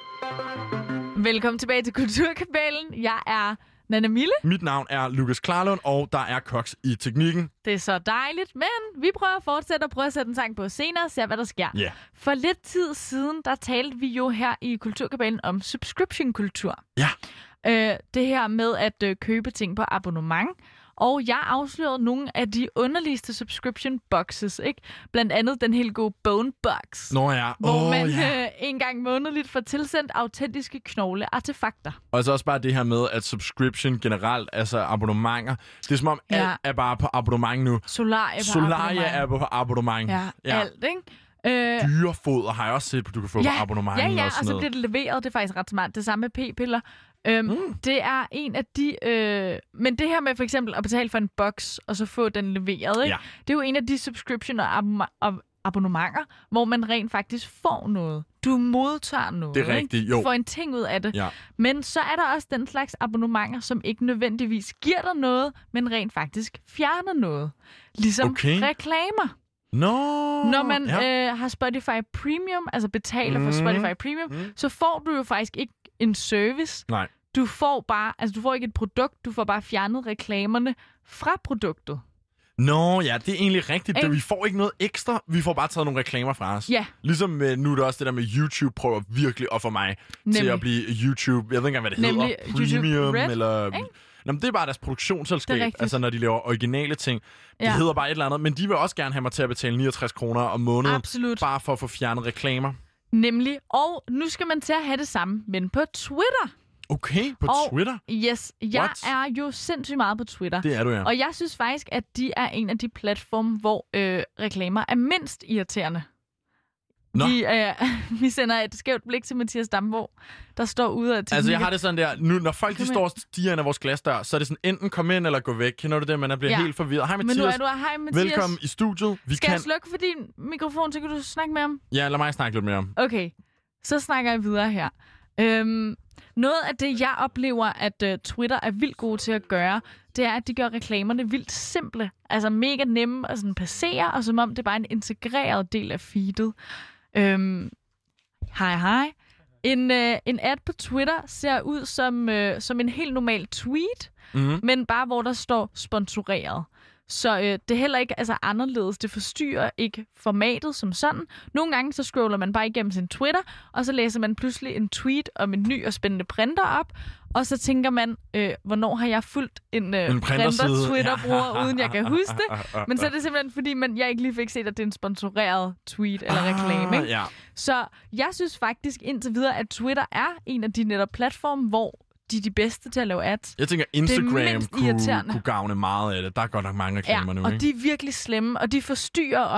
Velkommen tilbage til Kulturkabalen. Jeg er Nana Mille. Mit navn er Lukas Klarlund, og der er Cox i teknikken. Det er så dejligt, men vi prøver at fortsætte og prøve at sætte en sang på senere og se, hvad der sker. Yeah. For lidt tid siden, der talte vi jo her i Kulturkabalen om subscription-kultur. Ja. Øh, det her med at øh, købe ting på abonnement. Og jeg afslørede nogle af de underligste subscription boxes, ikke? Blandt andet den helt gode Bone Box. Nå ja. Hvor oh, man ja. øh, en gang månedligt får tilsendt autentiske knogleartefakter. Og så også bare det her med, at subscription generelt, altså abonnementer, det er som om ja. alt er bare på abonnement nu. Solaria på Solaria abonnement. er på abonnement. Ja, ja. alt, ikke? Øh, Dyrefoder har jeg også set, at du kan få ja, på abonnement. Ja, ja, og, og så bliver det leveret. Det er faktisk ret smart. Det samme med p-piller. Øhm, mm. Det er en af de... Øh, men det her med for eksempel at betale for en box, og så få den leveret, ikke? Ja. Det er jo en af de subscription og ab- ab- abonnementer, hvor man rent faktisk får noget. Du modtager noget. Det er rigtigt, ikke? jo. Du får en ting ud af det. Ja. Men så er der også den slags abonnementer, som ikke nødvendigvis giver dig noget, men rent faktisk fjerner noget. Ligesom okay. reklamer. No. Når man ja. øh, har Spotify Premium, altså betaler mm. for Spotify Premium, mm. så får du jo faktisk ikke en service. Nej. Du får bare, altså du får ikke et produkt, du får bare fjernet reklamerne fra produktet. Nå, ja, det er egentlig rigtigt. Det, vi får ikke noget ekstra, vi får bare taget nogle reklamer fra os. Ja. Ligesom øh, nu er det også det der med YouTube prøver virkelig at få mig Nemlig. til at blive YouTube, jeg ved ikke engang, hvad det Nemlig hedder, Premium Red, eller... Nå, men det er bare deres produktionsselskab, altså når de laver originale ting. Det ja. hedder bare et eller andet, men de vil også gerne have mig til at betale niogtres kroner om måneden. Absolut. Bare for at få fjernet reklamer. Nemlig, og nu skal man til at have det samme, men på Twitter. Okay, på og, Twitter? Yes, jeg What? er jo sindssygt meget på Twitter. Det er du, ja. Og jeg synes faktisk, at de er en af de platforme, hvor øh, reklamer er mindst irriterende. Nå. Vi, øh, vi sender et skævt blik til Mathias Damborg, der står ude af teknikken. Altså, jeg har det sådan der, nu, når folk de står og stiger ind af vores glasdør, så er det sådan, enten kom ind eller gå væk. Kender du det, man bliver ja. helt forvirret? Hej Mathias. Men nu er du her. Hej Mathias. Velkommen i studiet. Vi Skal kan... jeg slukke for din mikrofon, så kan du snakke med ham? Ja, lad mig snakke lidt mere om. Okay, så snakker jeg videre her. Øhm, noget af det, jeg oplever, at uh, Twitter er vildt god til at gøre, det er, at de gør reklamerne vildt simple. Altså mega nemme at sådan passere, og som om det er bare en integreret del af feedet. Øhm, hej, hej. En, øh, en ad på Twitter ser ud som, øh, som en helt normal tweet, mm-hmm. men bare hvor der står sponsoreret. Så øh, det er heller ikke altså, anderledes. Det forstyrrer ikke formatet som sådan. Nogle gange så scroller man bare igennem sin Twitter, og så læser man pludselig en tweet om en ny og spændende printer op, og så tænker man, øh, hvornår har jeg fulgt en, øh, en printer-Twitter-bruger, ja. uden jeg kan huske det. Men så er det simpelthen, fordi man, jeg ikke lige fik set, at det er en sponsoreret tweet eller reklame. Ikke? Ja. Så jeg synes faktisk indtil videre, at Twitter er en af de netop platforme, hvor de er de bedste til at lave ads. Jeg tænker, Instagram kunne, kunne gavne meget af det. Der er godt nok mange reklamer ja, nu, og ikke? de er virkelig slemme, og de forstyrrer også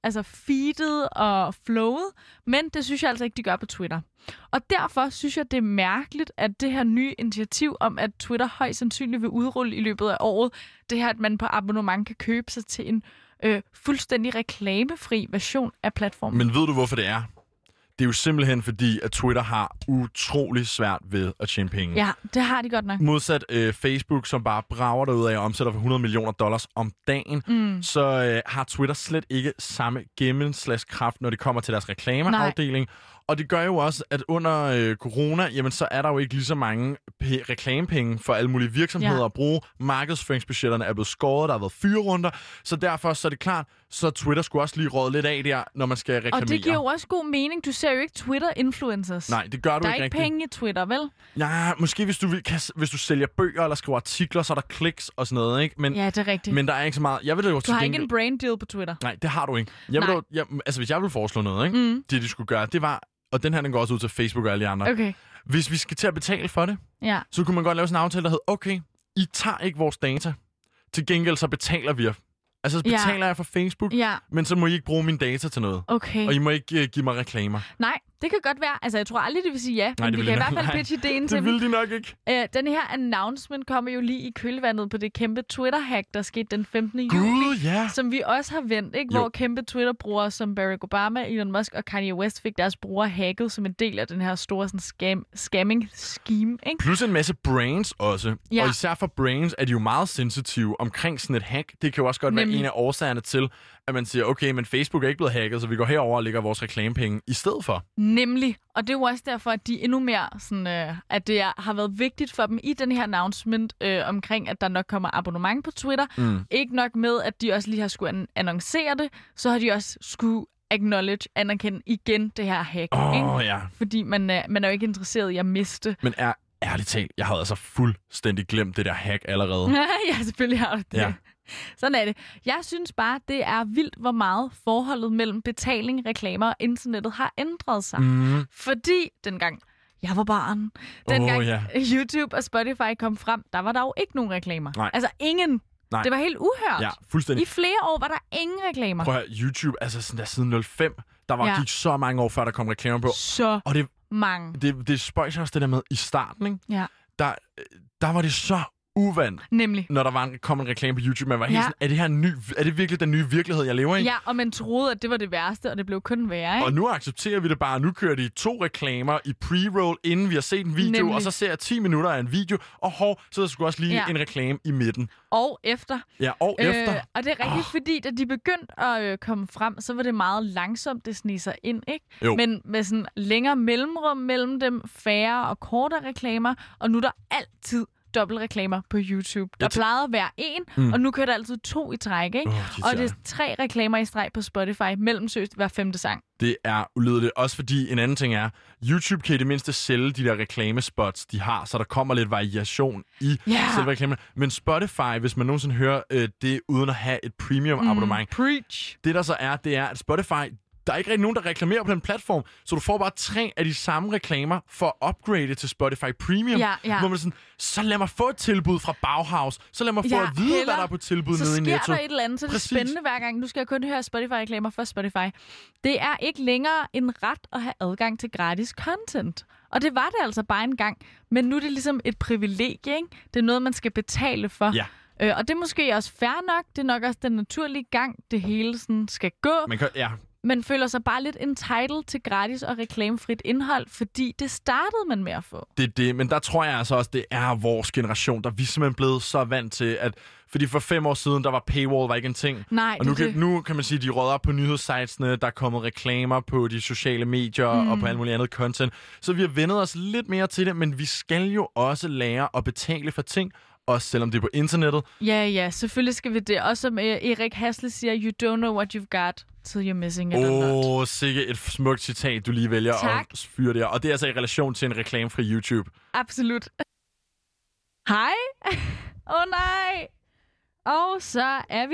altså feedet og flowet, men det synes jeg altså ikke, de gør på Twitter. Og derfor synes jeg, det er mærkeligt, at det her nye initiativ om, at Twitter højst sandsynligt vil udrulle i løbet af året, det her, at man på abonnement kan købe sig til en øh, fuldstændig reklamefri version af platformen. Men ved du, hvorfor det er? Det er jo simpelthen fordi, at Twitter har utrolig svært ved at tjene penge. Ja, det har de godt nok. Modsat øh, Facebook, som bare brager derud af og omsætter for hundrede millioner dollars om dagen, mm. så øh, har Twitter slet ikke samme gennemslagskraft, når det kommer til deres reklameafdeling. Og det gør jo også, at under øh, corona, jamen, så er der jo ikke lige så mange p- reklamepenge for alle mulige virksomheder ja. at bruge. Markedsføringsbudgetterne er blevet skåret, der har været fyrerunder. Så derfor så er det klart, så Twitter skulle også lige råde lidt af der, når man skal reklamere. Og det giver jo også god mening. Du ser jo ikke Twitter-influencers. Nej, det gør du der ikke ikke rigtigt. penge i Twitter, vel? Ja, måske hvis du, vil, kan, hvis du sælger bøger eller skriver artikler, så er der kliks og sådan noget, ikke? Men, ja, det er rigtigt. Men der er ikke så meget. Jeg vil det jo du har ikke en brand deal på Twitter. Nej, det har du ikke. Jeg vil jo, jeg, altså, hvis jeg vil foreslå noget, ikke? Mm. Det, de skulle gøre, det var... Og den her, den går også ud til Facebook og alle de andre. Okay. Hvis vi skal til at betale for det, ja. så kunne man godt lave sådan en aftale, der hedder, okay, I tager ikke vores data. Til gengæld så betaler vi jer. Altså, så betaler ja. jeg for Facebook, ja. men så må I ikke bruge mine data til noget. Okay. Og I må ikke uh, give mig reklamer. Nej, det kan godt være. Altså, jeg tror aldrig, det vil sige ja. Nej, men vi kan i hvert fald nej. pitche idéen til det vil de nok ikke. Øh, den her announcement kommer jo lige i kølvandet på det kæmpe Twitter-hack, der skete den femtende Gud, juli. Ja. Som vi også har vendt, ikke? Hvor kæmpe Twitter-brugere som Barack Obama, Elon Musk og Kanye West fik deres brugere hacket som en del af den her store sådan, scam, scamming-scheme. Ikke? Plus en masse brains også. Ja. Og især for brains er de jo meget sensitive omkring sådan et hack. Det kan jo også godt Nemlig. være en af årsagerne til, at man siger, okay, men Facebook er ikke blevet hacket, så vi går herover og lægger vores reklamepenge i stedet for. Nemlig. Og det er jo også derfor, at de endnu mere sådan, øh, at det er, har været vigtigt for dem i den her announcement øh, omkring, at der nok kommer abonnement på Twitter. Mm. Ikke nok med, at de også lige har skulle an- annoncere det, så har de også skulle acknowledge, anerkende igen det her hack. Åh, ikke? ja. Fordi man, øh, man er jo ikke interesseret i at miste. Men er ærligt talt, jeg havde altså fuldstændig glemt det der hack allerede. Ja, selvfølgelig har du det. Ja. Sådan er det. Jeg synes bare, det er vildt, hvor meget forholdet mellem betaling, reklamer og internettet har ændret sig. Mm. Fordi dengang jeg var barn, dengang oh, yeah. YouTube og Spotify kom frem, der var der jo ikke nogen reklamer. Nej. Altså ingen. Nej. Det var helt uhørt. Ja, fuldstændig. I flere år var der ingen reklamer. Prøv at høre, YouTube, altså sådan der siden nul fem, der var, ja. gik så mange år, før der kom reklamer på. Så og det, mange. Det, det spøjs også det der med i starten, ikke? Ja. Der, der var det så uvandt, Nemlig. når der var en, kom en reklame på YouTube. Man var helt ja. sådan, er det her ny, er det virkelig den nye virkelighed, jeg lever i? Ja, og man troede, at det var det værste, og det blev kun værre, ikke? Og nu accepterer vi det bare. Nu kører de to reklamer i pre-roll, inden vi har set en video, Nemlig. og så ser jeg ti minutter af en video, og hov, så er der sgu også lige ja. en reklame i midten. Og efter. Ja, og øh, efter. Og det er rigtigt, oh. fordi da de begyndte at øh, komme frem, så var det meget langsomt, det sneg sig ind, ikke? Jo. Men med sådan længere mellemrum mellem dem, færre og kortere reklamer, og nu er der altid dobbeltreklamer på YouTube. Der plejede at være en, mm. og nu kører der altid to i træk, ikke? Oh, og det er tre reklamer i streg på Spotify, mellemsøst hver femte sang. Det er ulydeligt. Også fordi en anden ting er, YouTube kan i det mindste sælge de der reklamespots, de har, så der kommer lidt variation i yeah. selve reklamen. Men Spotify, hvis man nogensinde hører øh, det uden at have et premium abonnement, mm, preach. Det der så er, det er, at Spotify, der er ikke rigtig nogen, der reklamerer på den platform, så du får bare tre af de samme reklamer for at upgrade til Spotify Premium. Ja, ja. Hvor man sådan, så lad mig få et tilbud fra Bauhaus, så lad mig få ja, at vide, heller, hvad der er på tilbud nede i Netto. Så sker der et eller andet, så det er spændende hver gang. Nu skal jeg kun høre Spotify-reklamer for Spotify. Det er ikke længere en ret at have adgang til gratis content. Og det var det altså bare en gang. Men nu er det ligesom et privilegie, ikke? Det er noget, man skal betale for. Ja. Øh, og det er måske også fair nok. Det er nok også den naturlige gang, det hele sådan skal gå. Man kan, ja. Man føler sig bare lidt entitled til gratis og reklamefrit indhold, fordi det startede man med at få. Det er det, men der tror jeg altså også, det er vores generation, der vi er simpelthen blevet så vant til, at fordi for fem år siden, der var paywall var ikke en ting. Nej, og nu, det, kan, det. nu kan man sige, at de råder op på nyhedssitesene, der er kommet reklamer på de sociale medier mm. og på alt muligt andet content. Så vi har vendet os lidt mere til det, men vi skal jo også lære at betale for ting, også selvom det er på internettet. Ja, ja, selvfølgelig skal vi det. Også som Erik Hasle siger, you don't know what you've got till you're missing it. Åh, oh, sikke et smukt citat, du lige vælger tak. at fyre der. Og det er altså i relation til en reklamefri YouTube. Absolut. Hej. Åh oh, nej. Og så er vi der.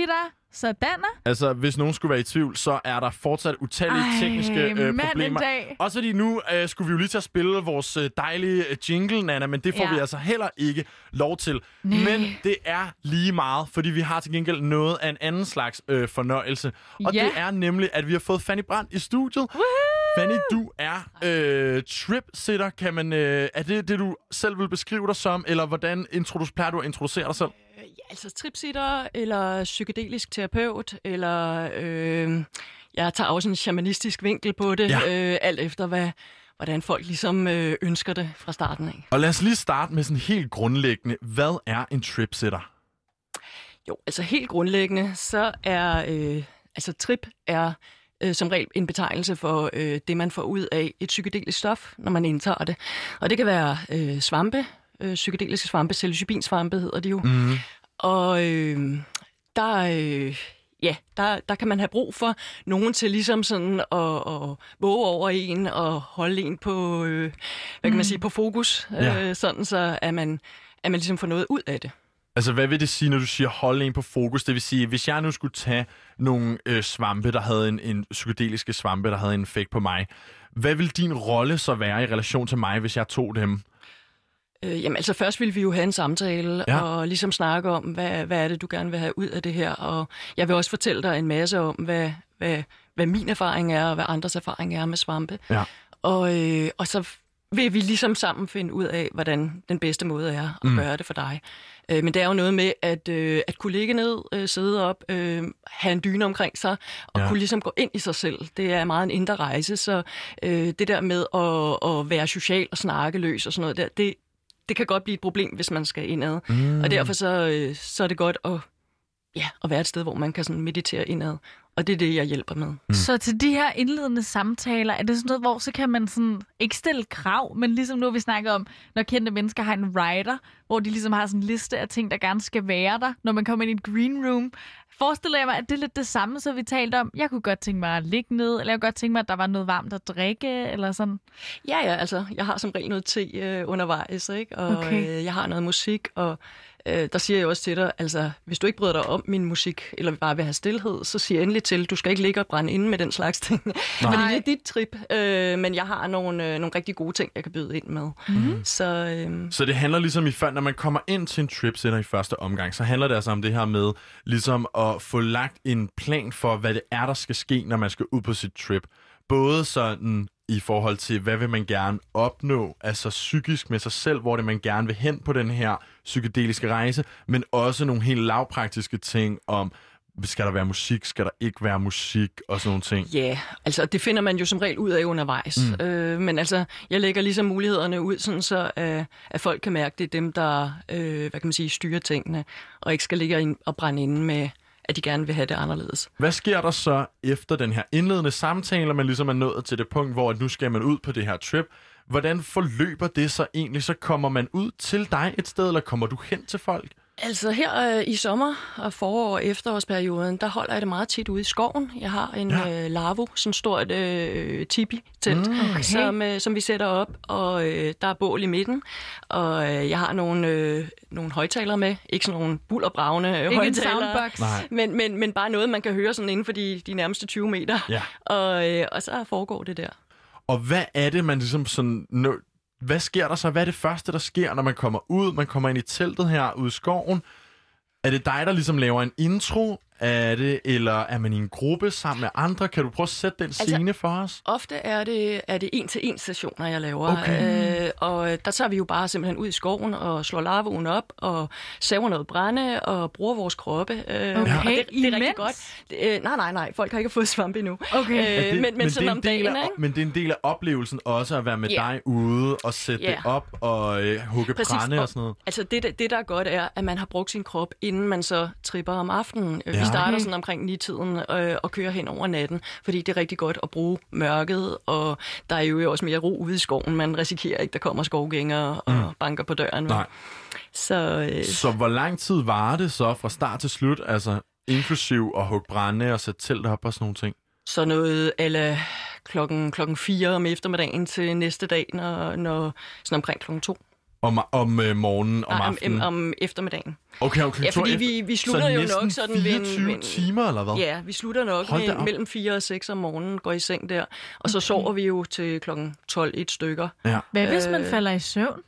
Sådanner. Altså, hvis nogen skulle være i tvivl, så er der fortsat utallige Ej, tekniske øh, problemer. Også fordi nu øh, skulle vi jo lige til at spille vores øh, dejlige øh, jingle, Nana, men det får ja. vi altså heller ikke lov til. Nej. Men det er lige meget, fordi vi har til gengæld noget af en anden slags øh, fornøjelse. Og ja. det er nemlig, at vi har fået Fanny Brandt i studiet. Woohoo! Fanny, du er øh, trip-sitter. Kan man, øh, er det det, du selv vil beskrive dig som, eller hvordan introdu- plejer du at introducere dig selv? Ja, altså tripsitter, eller psykedelisk terapeut, eller øh, jeg tager også en shamanistisk vinkel på det, ja. øh, alt efter hvad, hvordan folk ligesom øh, ønsker det fra starten af. Og lad os lige starte med sådan helt grundlæggende. Hvad er en tripsitter? Jo, altså helt grundlæggende, så er øh, altså trip er øh, som regel en betegnelse for øh, det, man får ud af et psykedelisk stof, når man indtager det. Og det kan være øh, svampe, øh, psykedeliske svampe, psilocybinsvampe hedder de jo. Mm. Og øh, der, øh, ja, der, der kan man have brug for nogen til ligesom sådan at, at våge over en og holde en på, øh, hvad kan man sige, på fokus, ja. øh, sådan så at man, at man ligesom får noget ud af det. Altså, hvad vil det sige, når du siger holde en på fokus? Det vil sige, hvis jeg nu skulle tage nogle øh, svampe, der havde en, en psykedeliske svampe, der havde en effekt på mig, hvad vil din rolle så være i relation til mig, hvis jeg tog dem? Øh, jamen altså først vil vi jo have en samtale ja. og ligesom snakke om, hvad, hvad er det, du gerne vil have ud af det her. Og jeg vil også fortælle dig en masse om, hvad, hvad, hvad min erfaring er, og hvad andres erfaring er med svampe. Ja. Og, øh, og så vil vi ligesom sammen finde ud af, hvordan den bedste måde er at mm. gøre det for dig. Øh, men det er jo noget med at, øh, at kunne ligge ned, øh, sidde op, øh, have en dyne omkring sig, og ja. kunne ligesom gå ind i sig selv. Det er meget en indre rejse, så øh, det der med at, at være social og snakkeløs og sådan noget der, det Det kan godt blive et problem, hvis man skal indad. Mm. Og derfor så, øh, så er det godt at, ja, at være et sted, hvor man kan sådan meditere indad. Og det er det, jeg hjælper med. Mm. Så til de her indledende samtaler, er det sådan noget, hvor så kan man sådan ikke stille krav, men ligesom nu vi snakker om, når kendte mennesker har en writer, hvor de ligesom har sådan en liste af ting, der gerne skal være der, når man kommer ind i et green room. Forestiller jeg mig, at det er lidt det samme, så vi talte om, jeg kunne godt tænke mig at ligge ned, eller jeg kunne godt tænke mig, at der var noget varmt at drikke, eller sådan. Ja, ja, altså, jeg har som regel noget te øh, undervejs, ikke? Og okay. øh, jeg har noget musik, og øh, der siger jeg også til dig, altså, hvis du ikke bryder dig om min musik, eller bare vil have stillhed, så siger endelig til, du skal ikke ligge og brænde inde med den slags ting. Fordi det er dit trip, øh, men jeg har nogle, øh, nogle rigtig gode ting, jeg kan byde ind med. Mm-hmm. Så, øh... så det handler ligesom i før, når man kommer ind til en tripsitter i første omgang, så handler det altså om det her med ligesom at få lagt en plan for, hvad det er, der skal ske, når man skal ud på sit trip. Både sådan i forhold til, hvad vil man gerne opnå, altså psykisk med sig selv, hvor det man gerne vil hen på den her psykedeliske rejse, men også nogle helt lavpraktiske ting om, skal der være musik, skal der ikke være musik og sådan nogle ting? Ja, yeah, altså det finder man jo som regel ud af undervejs. Mm. Øh, men altså, jeg lægger ligesom mulighederne ud, sådan så uh, at folk kan mærke, det er dem, der øh, hvad kan man sige, styrer tingene, og ikke skal ligge og brænde inde med, at de gerne vil have det anderledes. Hvad sker der så efter den her indledende samtale, man ligesom er nået til det punkt, hvor nu skal man ud på det her trip? Hvordan forløber det så egentlig? Så kommer man ud til dig et sted, eller kommer du hen til folk? Altså her øh, i sommer og forår og efterårsperioden, der holder jeg det meget tit ude i skoven. Jeg har en ja. øh, Lavo, sådan stort øh, tipi-telt, mm, okay. som, øh, som vi sætter op, og øh, der er bål i midten. Og øh, jeg har nogle, øh, nogle højtalere med, ikke sådan nogle bullerbragende højtalere. Ikke en soundbox. Men, men, men bare noget, man kan høre sådan inden for de, de nærmeste tyve meter. Ja. Og, øh, og så foregår det der. Og hvad er det, man ligesom sådan... Nå, hvad sker der så? Hvad er det første, der sker, når man kommer ud? Man kommer ind i teltet her ude i skoven. Er det dig, der ligesom laver en intro? Er det, eller er man i en gruppe sammen med andre? Kan du prøve at sætte den scene altså, for os? Ofte er det, er det en-til-en sessioner, jeg laver. Okay. Øh, og der tager vi jo bare simpelthen ud i skoven og slår larven op og saver noget brænde og bruger vores kroppe. Øh, okay, og det, det er rigtig godt. Øh, nej, nej, nej. Folk har ikke fået svamp endnu. Okay. Øh, det, men, men sådan om dagen, af, men det er en del af oplevelsen også at være med yeah. dig ude og sætte yeah. det op og øh, hugge Præcis. brænde og sådan noget. Altså det, det, der er godt, er, at man har brugt sin krop, inden man så tripper om aftenen. Ja. Vi starter okay. sådan omkring ni-tiden øh, og kører hen over natten, fordi det er rigtig godt at bruge mørket, og der er jo også mere ro ude i skoven. Man risikerer ikke, der kommer skovgængere og mm. banker på døren. Nej. Så, øh... så hvor lang tid var det så fra start til slut, altså inklusiv at hugge brænde og sætte telt op og sådan nogle ting? Så noget eller klokken, klokken fire om eftermiddagen til næste dag, når, når sådan omkring klokken to. Om, om øh, morgenen, om Nej, aftenen? om, om eftermiddagen. Okay, okay. Ja, fordi vi, vi slutter så jo næsten nok sådan ved en, fireogtyve en, timer, eller hvad? Ja, vi slutter nok med, mellem fire og seks om morgenen, går i seng der. Og så okay. sover vi jo til klokken tolv et stykker. Ja. Hvad hvis man øh, falder i søvn?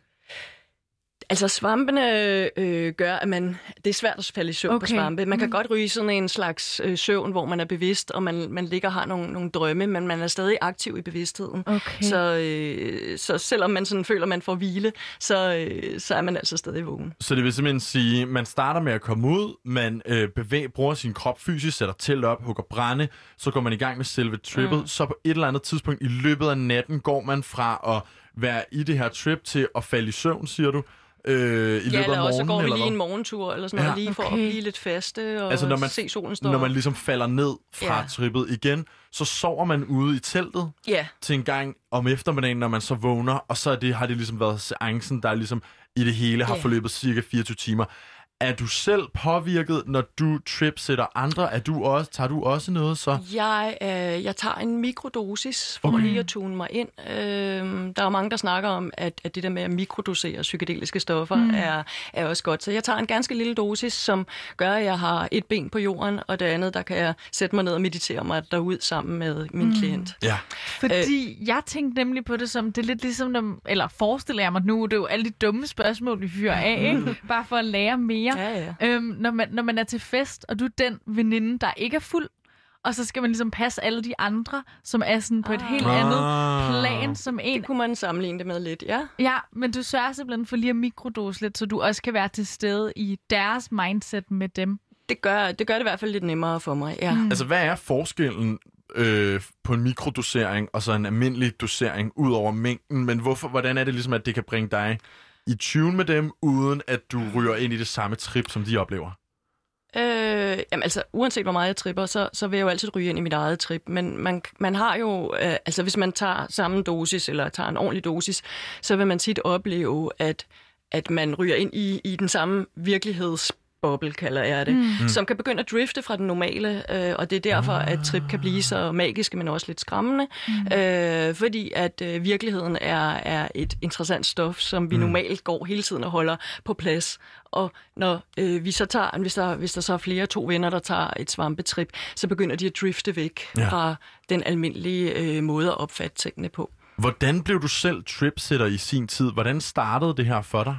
Altså svampene øh, gør, at man det er svært at falde i søvn okay. på svampe. Man kan mm. godt ryge sådan en slags øh, søvn, hvor man er bevidst, og man, man ligger og har nogle, nogle drømme, men man er stadig aktiv i bevidstheden. Okay. Så, øh, så selvom man sådan føler, man får hvile, så, øh, så er man altså stadig vågen. Så det vil simpelthen sige, man starter med at komme ud, man øh, bevæger, bruger sin krop fysisk, sætter telt op, hugger brænde, så går man i gang med selve trippet. Mm. Så på et eller andet tidspunkt i løbet af natten går man fra at være i det her trip til at falde i søvn, siger du? Øh, i ja, løbet eller af morgenen, også går vi lige eller en morgentur, eller sådan noget, ja. lige for okay. at blive lidt faste og altså, når man, se solen stå. Når man ligesom falder ned fra ja. trippet igen, så sover man ude i teltet ja. til en gang om eftermiddagen, når man så vågner, og så er det, har det ligesom været seancen, der ligesom i det hele har ja. forløbet cirka fireogtyve timer. Er du selv påvirket, når du tripsætter andre? Er du også, tager du også noget så? Jeg, øh, jeg tager en mikrodosis for okay. lige at tune mig ind. Øh, der er jo mange, der snakker om, at, at det der med at mikrodosere psykedeliske stoffer mm. er, er også godt. Så jeg tager en ganske lille dosis, som gør, at jeg har et ben på jorden, og det andet, der kan jeg sætte mig ned og meditere mig derud sammen med min mm. klient. Ja. Fordi øh, jeg tænkte nemlig på det som, det er lidt ligesom, når, eller forestiller jeg mig nu, det er jo alle de dumme spørgsmål, vi fyrer af, ikke? Bare for at lære mere. Ja, ja. Øhm, når, man, når man er til fest, og du er den veninde, der ikke er fuld, og så skal man ligesom passe alle de andre, som er sådan på et ah. helt andet plan som en. Det kunne man sammenligne det med lidt, ja. Ja, men du sørger simpelthen for lige at mikrodose lidt, så du også kan være til stede i deres mindset med dem. Det gør det, gør det i hvert fald lidt nemmere for mig, ja. Mm. Altså, hvad er forskellen øh, på en mikrodosering og så en almindelig dosering ud over mængden? Men hvorfor, hvordan er det ligesom, at det kan bringe dig i tune med dem, uden at du ryger ind i det samme trip, som de oplever? Øh, jamen altså, uanset hvor meget jeg tripper, så, så vil jeg jo altid ryge ind i mit eget trip. Men man, man har jo, øh, altså hvis man tager samme dosis, eller tager en ordentlig dosis, så vil man tit opleve, at, at man ryger ind i, i den samme virkeligheds boble, kalder jeg det, mm. som kan begynde at drifte fra den normale, øh, og det er derfor, ah. at trip kan blive så magiske, men også lidt skræmmende, mm. øh, fordi at øh, virkeligheden er, er et interessant stof, som vi mm. normalt går hele tiden og holder på plads. Og når øh, vi så tager, hvis der, hvis der så er flere to venner, der tager et svampetrip, så begynder de at drifte væk ja. fra den almindelige øh, måde at opfatte tingene på. Hvordan blev du selv tripsitter i sin tid? Hvordan startede det her for dig?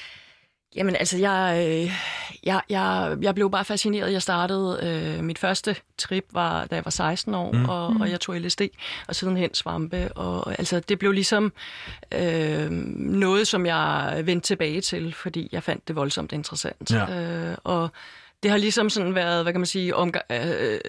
Jamen altså, jeg, øh, jeg, jeg, jeg blev bare fascineret. Jeg startede, øh, mit første trip var, da jeg var seksten år, mm. og, og jeg tog L S D, og sidenhen svampe. Og altså, det blev ligesom øh, noget, som jeg vendte tilbage til, fordi jeg fandt det voldsomt interessant. Ja. Øh, og det har ligesom sådan været, hvad kan man sige, omga- øh,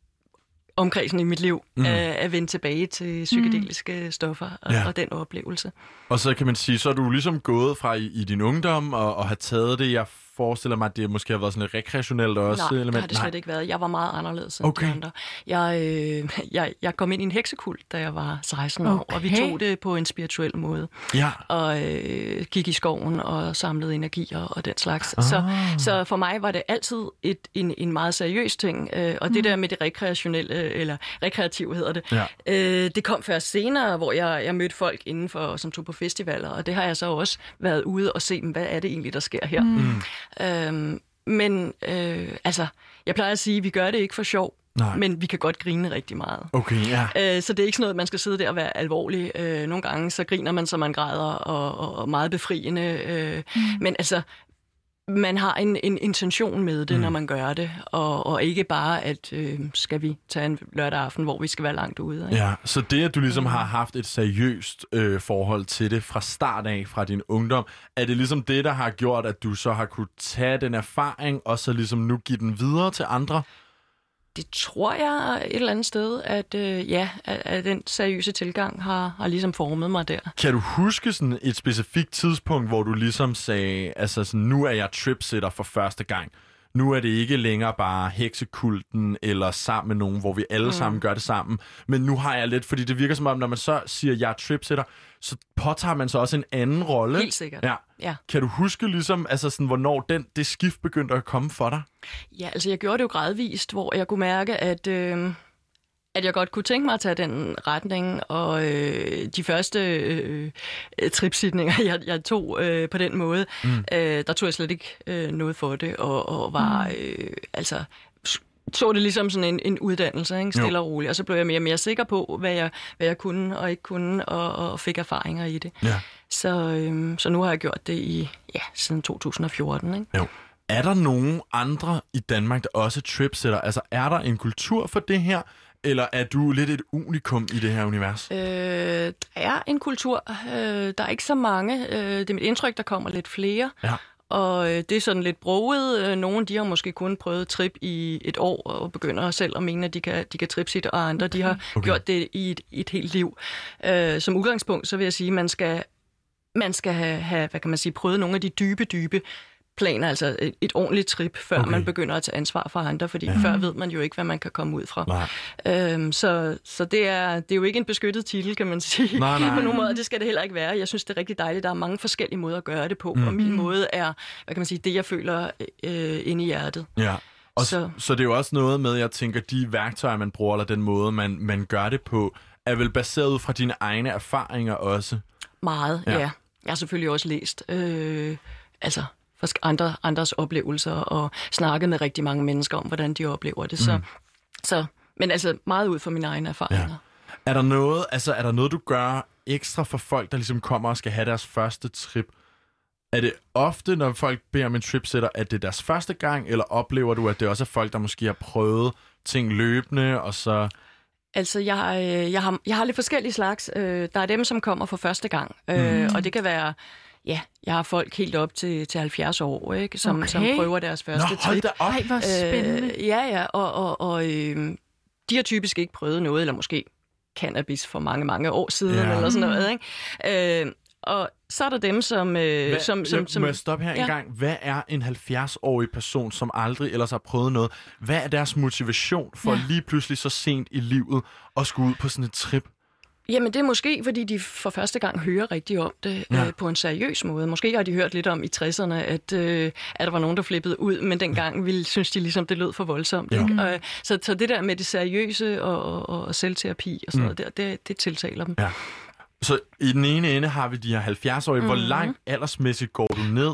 omkredsen i mit liv, mm. at, at vende tilbage til psykedeliske mm. stoffer og, ja. og den oplevelse. Og så kan man sige, så er du ligesom gået fra i, i din ungdom og, og har taget det. Jeg forestiller mig, at det måske har været sådan lidt rekreationelt også. Nej, element. det har det slet Nej. ikke været. Jeg var meget anderledes end okay. de andre. Jeg, øh, jeg, jeg kom ind i en heksekult, da jeg var seksten år, okay. og vi tog det på en spirituel måde. Ja. Og øh, gik i skoven og samlede energier og den slags. Ah. Så, så for mig var det altid et, en, en meget seriøs ting. Øh, og mm. det der med det rekreationelle, eller rekreative hedder det, ja. øh, det kom først senere, hvor jeg, jeg mødte folk indenfor, som tog på festivaler, og det har jeg så også været ude og se, hvad er det egentlig, der sker her. Mm. Øhm, men øh, altså, jeg plejer at sige, at vi gør det ikke for sjov, Nej. men vi kan godt grine rigtig meget. Okay, ja. Øh, så det er ikke sådan noget, man skal sidde der og være alvorlig. Øh, nogle gange så griner man, så man græder, og, og, og meget befriende. Øh, mm. Men altså, man har en, en intention med det, mm. når man gør det, og, og ikke bare, at øh, skal vi tage en lørdag aften, hvor vi skal være langt ude. Ikke? Ja, så det, at du ligesom mm. har haft et seriøst øh, forhold til det fra start af, fra din ungdom, er det ligesom det, der har gjort, at du så har kunne tage den erfaring, og så ligesom nu give den videre til andre? Det tror jeg et eller andet sted, at øh, ja, at, at den seriøse tilgang har, har ligesom formet mig der. Kan du huske sådan et specifikt tidspunkt, hvor du ligesom sagde, altså sådan, nu er jeg tripsitter for første gang? Nu er det ikke længere bare heksekulten eller sammen med nogen, hvor vi alle mm. sammen gør det sammen. Men nu har jeg lidt, fordi det virker som om, når man så siger, jeg er tripsitter, så påtager man så også en anden rolle. Helt sikkert, ja. ja. Kan du huske ligesom, altså sådan, hvornår den, det skift begyndte at komme for dig? Ja, altså jeg gjorde det jo gradvist, hvor jeg kunne mærke, at, øh, at jeg godt kunne tænke mig at tage den retning, og øh, de første øh, tripsitninger, jeg, jeg tog øh, på den måde, mm. øh, der tog jeg slet ikke øh, noget for det, og, og var øh, altså så det ligesom sådan en, en uddannelse, ikke? Stille og roligt, og så blev jeg mere og mere sikker på, hvad jeg, hvad jeg kunne og ikke kunne, og, og fik erfaringer i det. Ja. Så, øh, så nu har jeg gjort det i ja, siden to tusind og fjorten, ikke? Jo. Er der nogen andre i Danmark, der også tripsitter? Altså, er der en kultur for det her, eller er du lidt et unikum i det her univers? Øh, der er en kultur. Øh, der er ikke så mange. Øh, det er mit indtryk, der kommer lidt flere. Ja. Og øh, det er sådan lidt broget. Nogle, de har måske kun prøvet trip i et år, og begynder selv at mene, at de kan, de kan tripsitte, og andre, okay. de har okay. gjort det i et, i et helt liv. Øh, som udgangspunkt, så vil jeg sige, at man skal, man skal have, have, hvad kan man sige, prøvet nogle af de dybe, dybe planer, altså et, et ordentligt trip, før okay. man begynder at tage ansvar for andre, fordi ja. før ved man jo ikke, hvad man kan komme ud fra. Øhm, så så det, er, det er jo ikke en beskyttet titel, kan man sige. Nej, nej. På nogen måde, det skal det heller ikke være. Jeg synes, det er rigtig dejligt. Der er mange forskellige måder at gøre det på, mm. og min måde er, hvad kan man sige, det jeg føler øh, inde i hjertet. Ja. Og så. Så. så det er jo også noget med, jeg tænker, de værktøjer, man bruger, eller den måde, man, man gør det på, er vel baseret ud fra dine egne erfaringer også? Meget, ja. ja. Jeg har selvfølgelig også læst, øh, altså andre, andres oplevelser, og snakket med rigtig mange mennesker om, hvordan de oplever det. Så, mm. så, men altså meget ud fra mine egne erfaringer. Ja. Er der noget, altså er der noget, du gør ekstra for folk, der ligesom kommer og skal have deres første trip? Er det ofte, når folk beder om en tripsitter, at det er deres første gang, eller oplever du, at det også er folk, der måske har prøvet ting løbende, og så... Altså, jeg, jeg, har, jeg har lidt forskellige slags. Der er dem, som kommer for første gang, mm. og det kan være... Ja, jeg har folk helt op til, til halvfjerds år, ikke, som, okay. som prøver deres første Nå, hold trip. Da op. Ej, hvor spændende. Øh, ja, ja, og, og, og øh, de har typisk ikke prøvet noget, eller måske cannabis for mange, mange år siden, ja. eller sådan noget, ikke? Øh, og så er der dem, som... Øh, Hvad, som, som, som må jeg stoppe her ja. en gang? Hvad er en halvfjerds-årig person, som aldrig ellers har prøvet noget? Hvad er deres motivation for ja. lige pludselig så sent i livet at skulle ud på sådan et trip? Jamen, det er måske, fordi de for første gang hører rigtig om det ja. øh, på en seriøs måde. Måske har de hørt lidt om i tresserne, at, øh, at der var nogen, der flippede ud, men dengang ville, synes de ligesom, det lød for voldsomt. Ja. Ikke? Og, så, så det der med det seriøse og, og, og selvterapi og sådan mm. noget, det, det tiltaler dem. Ja. Så i den ene ende har vi de her halvfjerds-årige. Mm-hmm. Hvor langt aldersmæssigt går du ned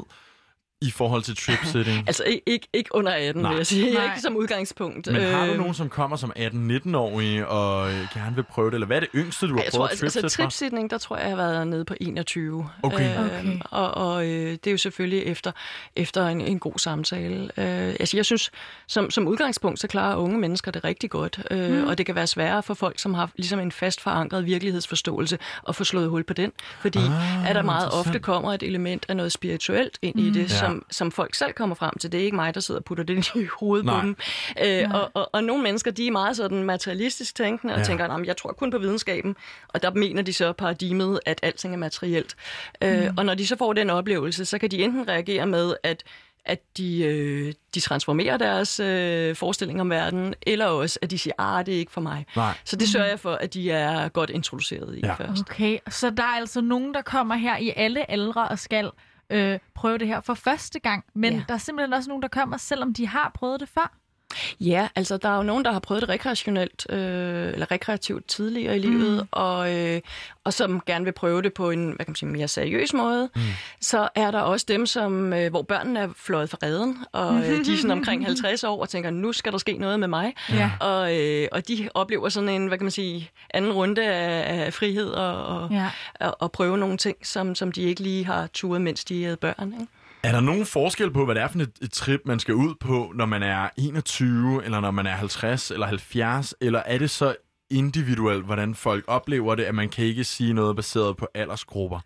i forhold til trip-sitting? Altså ikke, ikke, ikke under atten, Nej. vil jeg sige. Nej. Ikke som udgangspunkt. Men har du nogen, som kommer som atten-nitten-årige og gerne vil prøve det? Eller hvad er det yngste, du har jeg prøvet tror, at trip-sitte altså, trip-sitning, der tror jeg, jeg har været nede på enogtyve. Okay. Øh, okay. Og, og øh, det er jo selvfølgelig efter, efter en, en god samtale. Øh, altså, jeg synes, som, som udgangspunkt, så klarer unge mennesker det rigtig godt. Øh, mm. Og det kan være sværere for folk, som har ligesom en fast forankret virkelighedsforståelse, at få slået hul på den. Fordi ah, at der meget ofte kommer et element af noget spirituelt ind mm. i det, ja. som, som folk selv kommer frem til. Det er ikke mig, der sidder og putter det i hovedet Nej. på dem. Øh, og, og, og nogle mennesker, de er meget sådan materialistisk tænkende, og ja. tænker, jeg tror kun på videnskaben, og der mener de så paradigmet, at alting er materielt. Mm. Øh, og når de så får den oplevelse, så kan de enten reagere med, at at de, øh, de transformerer deres øh, forestilling om verden, eller også, at de siger, ah, det er ikke for mig. Nej. Så det sørger jeg for, at de er godt introduceret i ja. først. Okay, så der er altså nogen, der kommer her i alle aldre og skal øh, prøve det her for første gang, men ja. der er simpelthen også nogen, der kommer, selvom de har prøvet det før? Ja, altså der er jo nogen, der har prøvet det rekreationelt, øh, eller rekreativt tidligere i livet, mm. og, øh, og som gerne vil prøve det på en, hvad kan man sige, mere seriøs måde. Mm. Så er der også dem, som, øh, hvor børnene er fløjet fra reden, og øh, de er sådan omkring halvtreds år og tænker, nu skal der ske noget med mig. Ja. Og, øh, og de oplever sådan en, hvad kan man sige, anden runde af, af frihed og, og, ja. og, og prøve nogle ting, som, som de ikke lige har turet, mens de havde børn, ikke? Er der nogen forskel på, hvad det er for et, et trip, man skal ud på, når man er enogtyve, eller når man er halvtreds eller halvfjerds, eller er det så individuelt, hvordan folk oplever det, at man kan ikke sige noget baseret på aldersgrupper?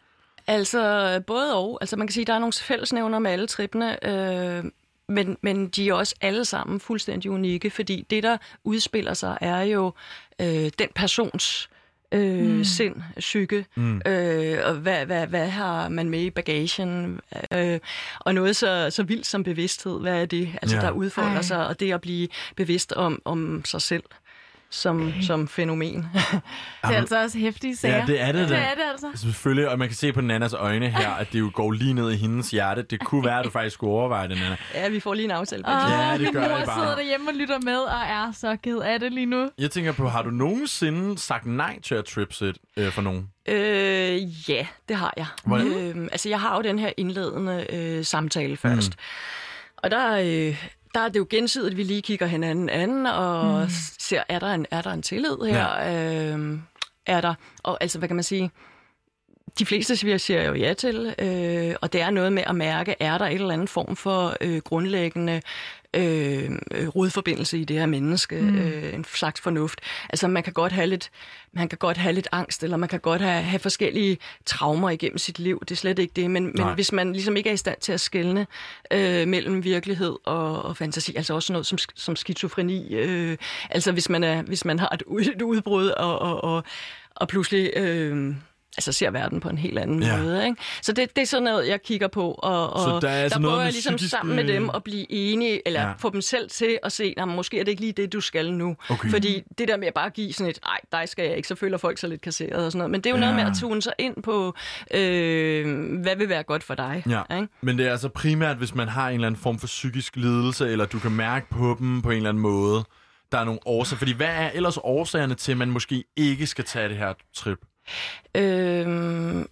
Altså både og. Altså man kan sige, at der er nogle fællesnævner med alle trippene, øh, men, men de er også alle sammen fuldstændig unikke, fordi det, der udspiller sig, er jo øh, den persons Øh, mm. sind, psyke, mm. øh, og hvad, hvad, hvad har man med i bagagen, øh, og noget så, så vildt som bevidsthed, hvad er det, altså, ja. der udfolder Ej. sig, og det at blive bevidst om, om sig selv. som, okay. som fænomen. Det er altså også hæftige sager. Ja, det er det. Det er det altså. Selvfølgelig, og man kan se på Nannas øjne her, at det jo går lige ned i hendes hjerte. Det kunne være, at du faktisk skulle overveje det, Nana. Ja, vi får lige en aftale på det. Ja, det gør det bare. Mor sidder derhjemme og lytter med, og er så ked af det lige nu. Jeg tænker på, har du nogensinde sagt nej til at tripsit øh, for nogen? Øh, ja, det har jeg. Øh, altså, jeg har jo den her indledende øh, samtale først. Mm. Og der... Øh, Der er det jo gensidigt, at vi lige kigger hinanden an og mm. ser, er der en, er der en tillid her? Ja. Øh, er der, og altså, hvad kan man sige? De fleste siger jo ja til, øh, og det er noget med at mærke, er der et eller andet form for øh, grundlæggende øh, rodforbindelse i det her menneske, mm. øh, en slags fornuft. Altså, man kan godt have lidt, man kan godt have lidt angst, eller man kan godt have, have forskellige traumer igennem sit liv. Det er slet ikke det, men, men hvis man ligesom ikke er i stand til at skelne øh, mellem virkelighed og, og fantasi, altså også noget som, som skizofreni, øh, altså hvis man, er, hvis man har et, et udbrud og, og, og, og pludselig... Øh, altså ser verden på en helt anden ja. måde, ikke? Så det, det er sådan noget, jeg kigger på, og, og der, der prøver jeg ligesom psykisk... sammen med dem at blive enige, eller ja. få dem selv til at se, nah, måske er det ikke lige det, du skal nu. Okay. Fordi det der med at bare give sådan et, ej, dig skal jeg ikke, så føler folk sig lidt kasseret og sådan noget. Men det er jo ja. noget med at tune sig ind på, øh, hvad vil være godt for dig. Ja. Ikke? Men det er altså primært, hvis man har en eller anden form for psykisk lidelse, eller du kan mærke på dem på en eller anden måde, der er nogle årsager. Fordi hvad er ellers årsagerne til, at man måske ikke skal tage det her trip? Øhm...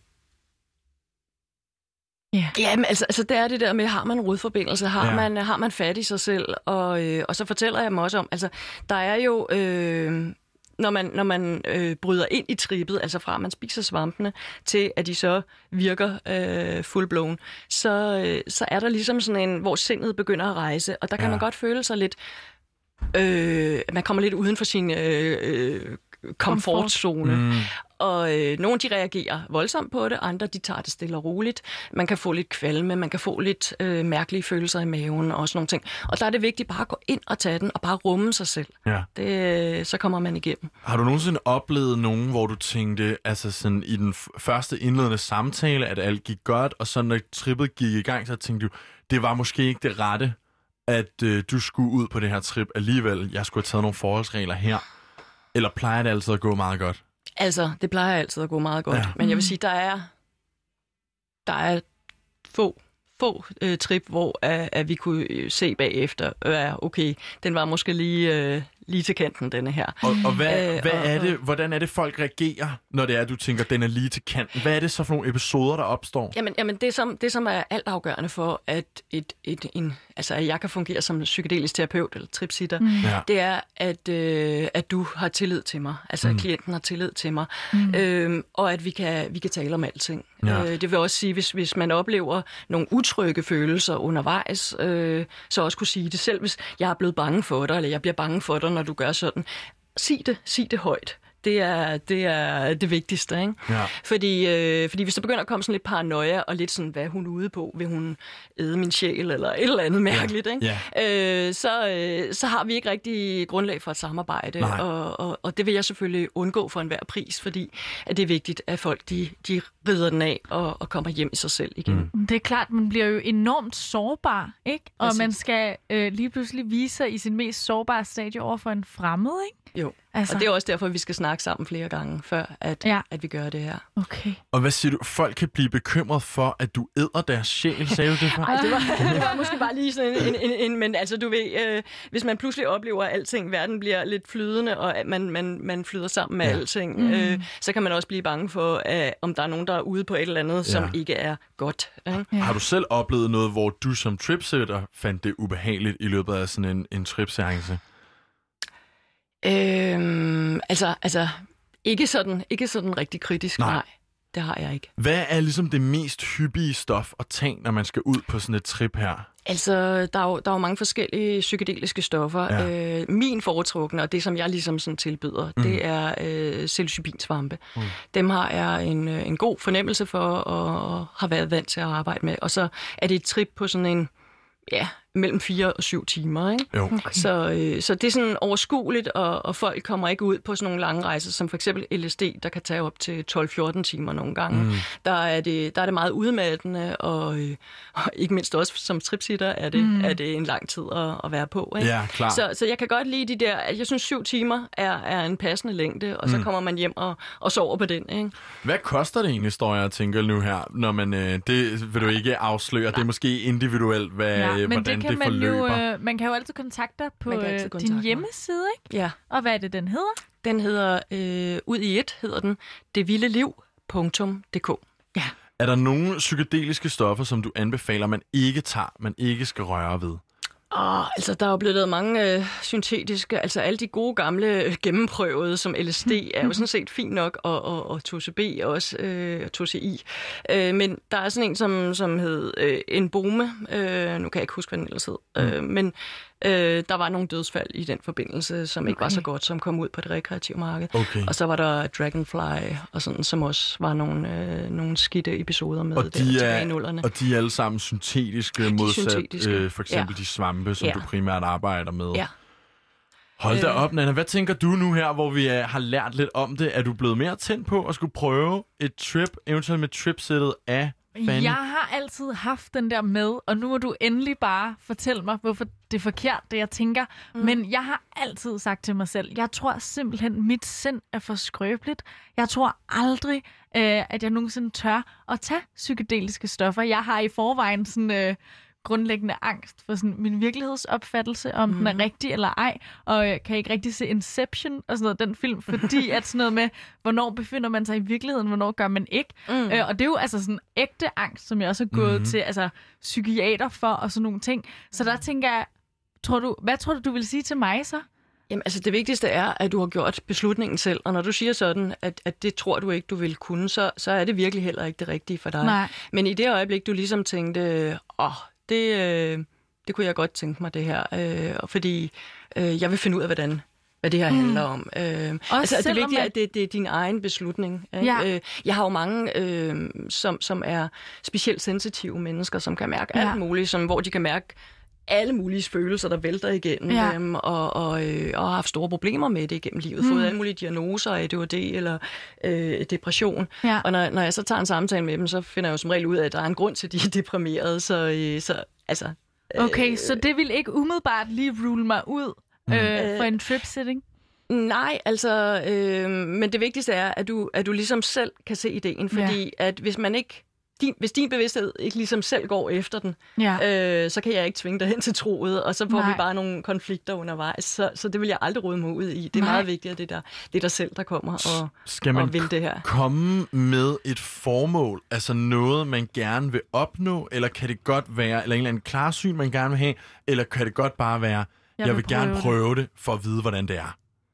Yeah. Ja, men altså, altså det er det der med, har man en rodforbindelse, har, ja. man, har man fat i sig selv, og, øh, og så fortæller jeg dem også om, altså der er jo, øh, når man, når man øh, bryder ind i trippet, altså fra at man spiser svampene, til at de så virker øh, full-blown, så, øh, så er der ligesom sådan en, hvor sindet begynder at rejse, og der kan ja. man godt føle sig lidt, øh, man kommer lidt uden for sin øh, øh, komfortzone. Mm. Og øh, nogle, de reagerer voldsomt på det, andre, de tager det stille og roligt. Man kan få lidt kvalme, man kan få lidt øh, mærkelige følelser i maven og sådan nogle ting. Og der er det vigtigt bare at gå ind og tage den, og bare rumme sig selv. Ja. Det, så kommer man igennem. Har du nogensinde oplevet nogen, hvor du tænkte, altså sådan i den f- første indledende samtale, at alt gik godt, og så når trippet gik i gang, så tænkte du, det var måske ikke det rette, at øh, du skulle ud på det her trip alligevel. Jeg skulle have taget nogle forholdsregler her. Eller plejer det altid at gå meget godt? Altså, det plejer altid at gå meget godt. Ja. Men jeg vil sige, der er, der er få, få øh, trip, hvor øh, at vi kunne se bagefter, ja, okay, den var måske lige, øh, lige til kanten, denne her. Og, og, hvad, øh, hvad og, er det, hvordan er det, folk reagerer, når det er, du tænker, den er lige til kanten? Hvad er det så for nogle episoder, der opstår? Jamen, jamen det, som, det, som er altafgørende for, at, et, et, en, altså, at jeg kan fungere som psykedelisk terapeut eller tripsitter, mm. ja. det er, at, øh, at du har tillid til mig. Altså, mm. at klienten har tillid til mig. Mm. Øh, og at vi kan, vi kan tale om alting. Ja. Øh, det vil også sige, hvis, hvis man oplever nogle utrygge følelser undervejs, øh, så også kunne sige det selv, hvis jeg er blevet bange for dig, eller jeg bliver bange for dig, når du gør sådan. Sig det, sig det højt. Det er det, er det vigtigste, ikke? Ja. Fordi, øh, fordi hvis der begynder at komme sådan lidt paranoia, og lidt sådan, hvad er hun ude på? Vil hun æde min sjæl, eller et eller andet mærkeligt, ja. ikke? Ja. Øh, så, øh, så har vi ikke rigtig grundlag for et samarbejde, og, og, og det vil jeg selvfølgelig undgå for enhver pris, fordi at det er vigtigt, at folk de, de rider den af og, og kommer hjem i sig selv igen. Mm. Det er klart, man bliver jo enormt sårbar, ikke? Og altså, man skal øh, lige pludselig vise sig i sin mest sårbare stadie over for en fremmed, ikke? Jo, altså. Og det er også derfor, at vi skal snakke sammen flere gange, før at, ja. at vi gør det her. Okay. Og hvad siger du? Folk kan blive bekymret for, at du æder deres sjæl, sagde du det for? Nej, det var, det var måske bare lige sådan en, en, en, en men altså du ved, øh, hvis man pludselig oplever, at alting, verden bliver lidt flydende, og at man, man, man flyder sammen med ja. alting, mm. øh, så kan man også blive bange for, at, om der er nogen, der er ude på et eller andet, ja. som ikke er godt. Ikke? Ja. Har du selv oplevet noget, hvor du som tripsitter fandt det ubehageligt i løbet af sådan en, en tripseance? Øhm, altså, altså ikke sådan, ikke sådan rigtig kritisk, nej. nej. Det har jeg ikke. Hvad er ligesom det mest hyppige stof at tage, når man skal ud på sådan et trip her? Altså, der er jo, der er jo mange forskellige psykedeliske stoffer. Ja. Øh, min foretrukne, og det som jeg ligesom sådan tilbyder, mm. det er øh, psilocybinsvampe. Mm. Dem har jeg en, en god fornemmelse for, og har været vant til at arbejde med. Og så er det et trip på sådan en, ja, mellem fire og syv timer. Ikke? Jo. Okay. Så, øh, så det er sådan overskueligt, og, og folk kommer ikke ud på sådan nogle lange rejser, som for eksempel L S D, der kan tage op til tolv fjorten timer nogle gange. Mm. Der, er det, der er det meget udmattende, og, øh, og ikke mindst også som tripsitter er det, mm. er det en lang tid at, at være på. Ikke? Ja, klar. Så, så jeg kan godt lide de der, jeg synes syv timer er, er en passende længde, og så mm. kommer man hjem og, og sover på den. Ikke? Hvad koster det egentlig, står jeg og tænker nu her, når man, øh, det vil du ikke afsløre, Nej. Det er måske individuelt, hvad, ja, men hvordan det, kan det man forløber. Jo, øh, man kan jo altid kontakte dig på øh, din hjemmeside, ikke? Ja. Og hvad er det, den hedder? Den hedder, øh, ud i et hedder den, det vilde liv punktum d k. Ja. Er der nogle psykedeliske stoffer, som du anbefaler, man ikke tager, man ikke skal røre ved? Oh, altså, der er jo blevet lavet mange øh, syntetiske, altså alle de gode gamle øh, gennemprøvede, som L S D er jo sådan set fint nok, og, og, og to C B også, øh, og to C I. Øh, men der er sådan en, som, som hed øh, Enbome, øh, nu kan jeg ikke huske, hvad den ellers hed, mm. øh, men øh, der var nogle dødsfald i den forbindelse, som ikke okay. var så godt, som kom ud på det rekreative marked. Okay. Og så var der Dragonfly, og sådan, som også var nogle, øh, nogle skidte episoder med og der de tilbage er, i nullerne. Og de er alle sammen syntetiske, de modsat syntetiske. Øh, for eksempel ja. de svampe, som ja. du primært arbejder med. Ja. Hold da op, Nanna. Hvad tænker du nu her, hvor vi er, har lært lidt om det? Er du blevet mere tændt på at skulle prøve et trip, eventuelt med tripsættet af Fanny? Jeg har altid haft den der med, og nu må du endelig bare fortælle mig, hvorfor det er forkert, det jeg tænker. Mm. Men jeg har altid sagt til mig selv, jeg tror simpelthen, mit sind er for skrøbeligt. Jeg tror aldrig, øh, at jeg nogensinde tør at tage psykedeliske stoffer. Jeg har i forvejen sådan... Øh, grundlæggende angst for sådan min virkelighedsopfattelse, om mm. den er rigtig eller ej, og jeg kan ikke rigtig se Inception og sådan noget, den film, fordi at sådan noget med, hvornår befinder man sig i virkeligheden, hvornår gør man ikke. Mm. Øh, og det er jo altså sådan ægte angst, som jeg også har gået mm-hmm. til altså psykiater for og sådan nogle ting. Så der tænker jeg, tror du, hvad tror du, du vil sige til mig så? Jamen, altså det vigtigste er, at du har gjort beslutningen selv, og når du siger sådan, at, at det tror du ikke, du vil kunne, så, så er det virkelig heller ikke det rigtige for dig. Nej. Men i det øjeblik, du ligesom tænkte, åh, det, øh, det kunne jeg godt tænke mig, det her, øh, fordi øh, jeg vil finde ud af, hvordan, hvad det her mm. handler om. Øh, altså, det er vigtigt, man... at det, det er din egen beslutning. Ja. Øh, jeg har jo mange, øh, som, som er specielt sensitive mennesker, som kan mærke ja. alt muligt, som, hvor de kan mærke alle mulige følelser, der vælter igennem ja. dem, og, og, øh, og har haft store problemer med det igennem livet. Mm. Fået alle mulige diagnoser, A D H D eller øh, depression. Ja. Og når, når jeg så tager en samtale med dem, så finder jeg jo som regel ud af, at der er en grund til, at de er deprimerede. Så, øh, så altså... Øh, okay, så det vil ikke umiddelbart lige rule mig ud øh, øh, for en trip-sitting? Nej, altså... Øh, men det vigtigste er, at du, at du ligesom selv kan se ideen, fordi ja. at hvis man ikke... Din, hvis din bevidsthed ikke ligesom selv går efter den, ja. øh, så kan jeg ikke tvinge dig hen til troet, og så får Nej. vi bare nogle konflikter undervejs. Så, så det vil jeg aldrig råde mig ud i. Det er Nej. meget vigtigt, at det er der, der selv, der kommer og, Skal man og vil det her. komme med et formål, altså noget, man gerne vil opnå, eller kan det godt være, eller en eller anden klarsyn, man gerne vil have, eller kan det godt bare være, jeg, jeg vil, vil gerne det. prøve det, for at vide, hvordan det er?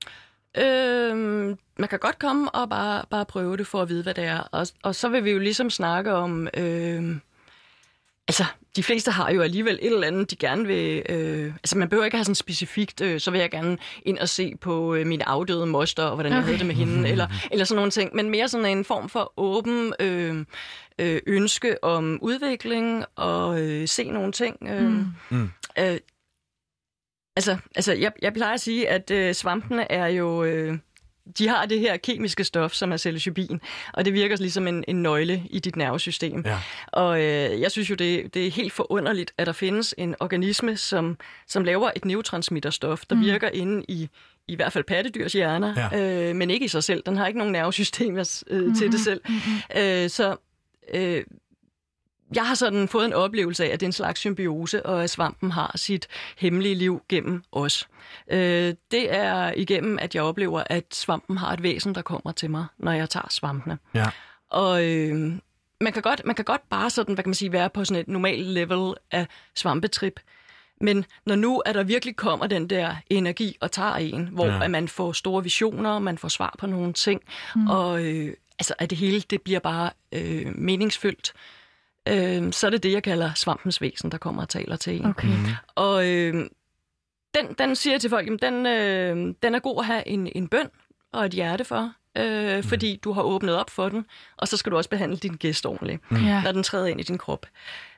Øhm, man kan godt komme og bare, bare prøve det for at vide, hvad det er. Og, og så vil vi jo ligesom snakke om... Øhm, altså, de fleste har jo alligevel et eller andet, de gerne vil... Øh, altså, man behøver ikke have sådan specifikt, øh, så vil jeg gerne ind og se på øh, min afdøde moster, og hvordan okay. jeg havde det med hende, eller, eller sådan nogle ting. Men mere sådan en form for åben øh, øh, ønske om udvikling, og øh, se nogle ting. Øh, mm. øh, Altså, altså jeg, jeg plejer at sige, at øh, svampene er jo... Øh, de har det her kemiske stof, som er psilocybin, og det virker ligesom en, en nøgle i dit nervesystem. Ja. Og øh, jeg synes jo, det, det er helt forunderligt, at der findes en organisme, som, som laver et neurotransmitterstof, der mm. virker inde i i hvert fald pattedyrs hjerner, ja. øh, men ikke i sig selv. Den har ikke nogen nervesystem øh, mm-hmm. til det selv. Mm-hmm. Øh, så... Øh, Jeg har sådan fået en oplevelse af, at det er en slags symbiose, og at svampen har sit hemmelige liv gennem os. Øh, det er igennem, at jeg oplever, at svampen har et væsen, der kommer til mig, når jeg tager svampene. Ja. Og øh, man, kan godt, man kan godt bare sådan, hvad kan man sige, være på sådan et normalt level af svampetrip. Men når nu, at der virkelig kommer den der energi og tager en, hvor ja. at man får store visioner, man får svar på nogle ting, mm. og øh, altså, at det hele det bliver bare øh, meningsfyldt, Øh, så er det det, jeg kalder svampens væsen, der kommer og taler til en. Okay. Mm-hmm. Og øh, den, den siger til folk, at den, øh, den er god at have en, en bøn og et hjerte for, øh, mm. fordi du har åbnet op for den, og så skal du også behandle din gæst ordentligt, mm. når den træder ind i din krop.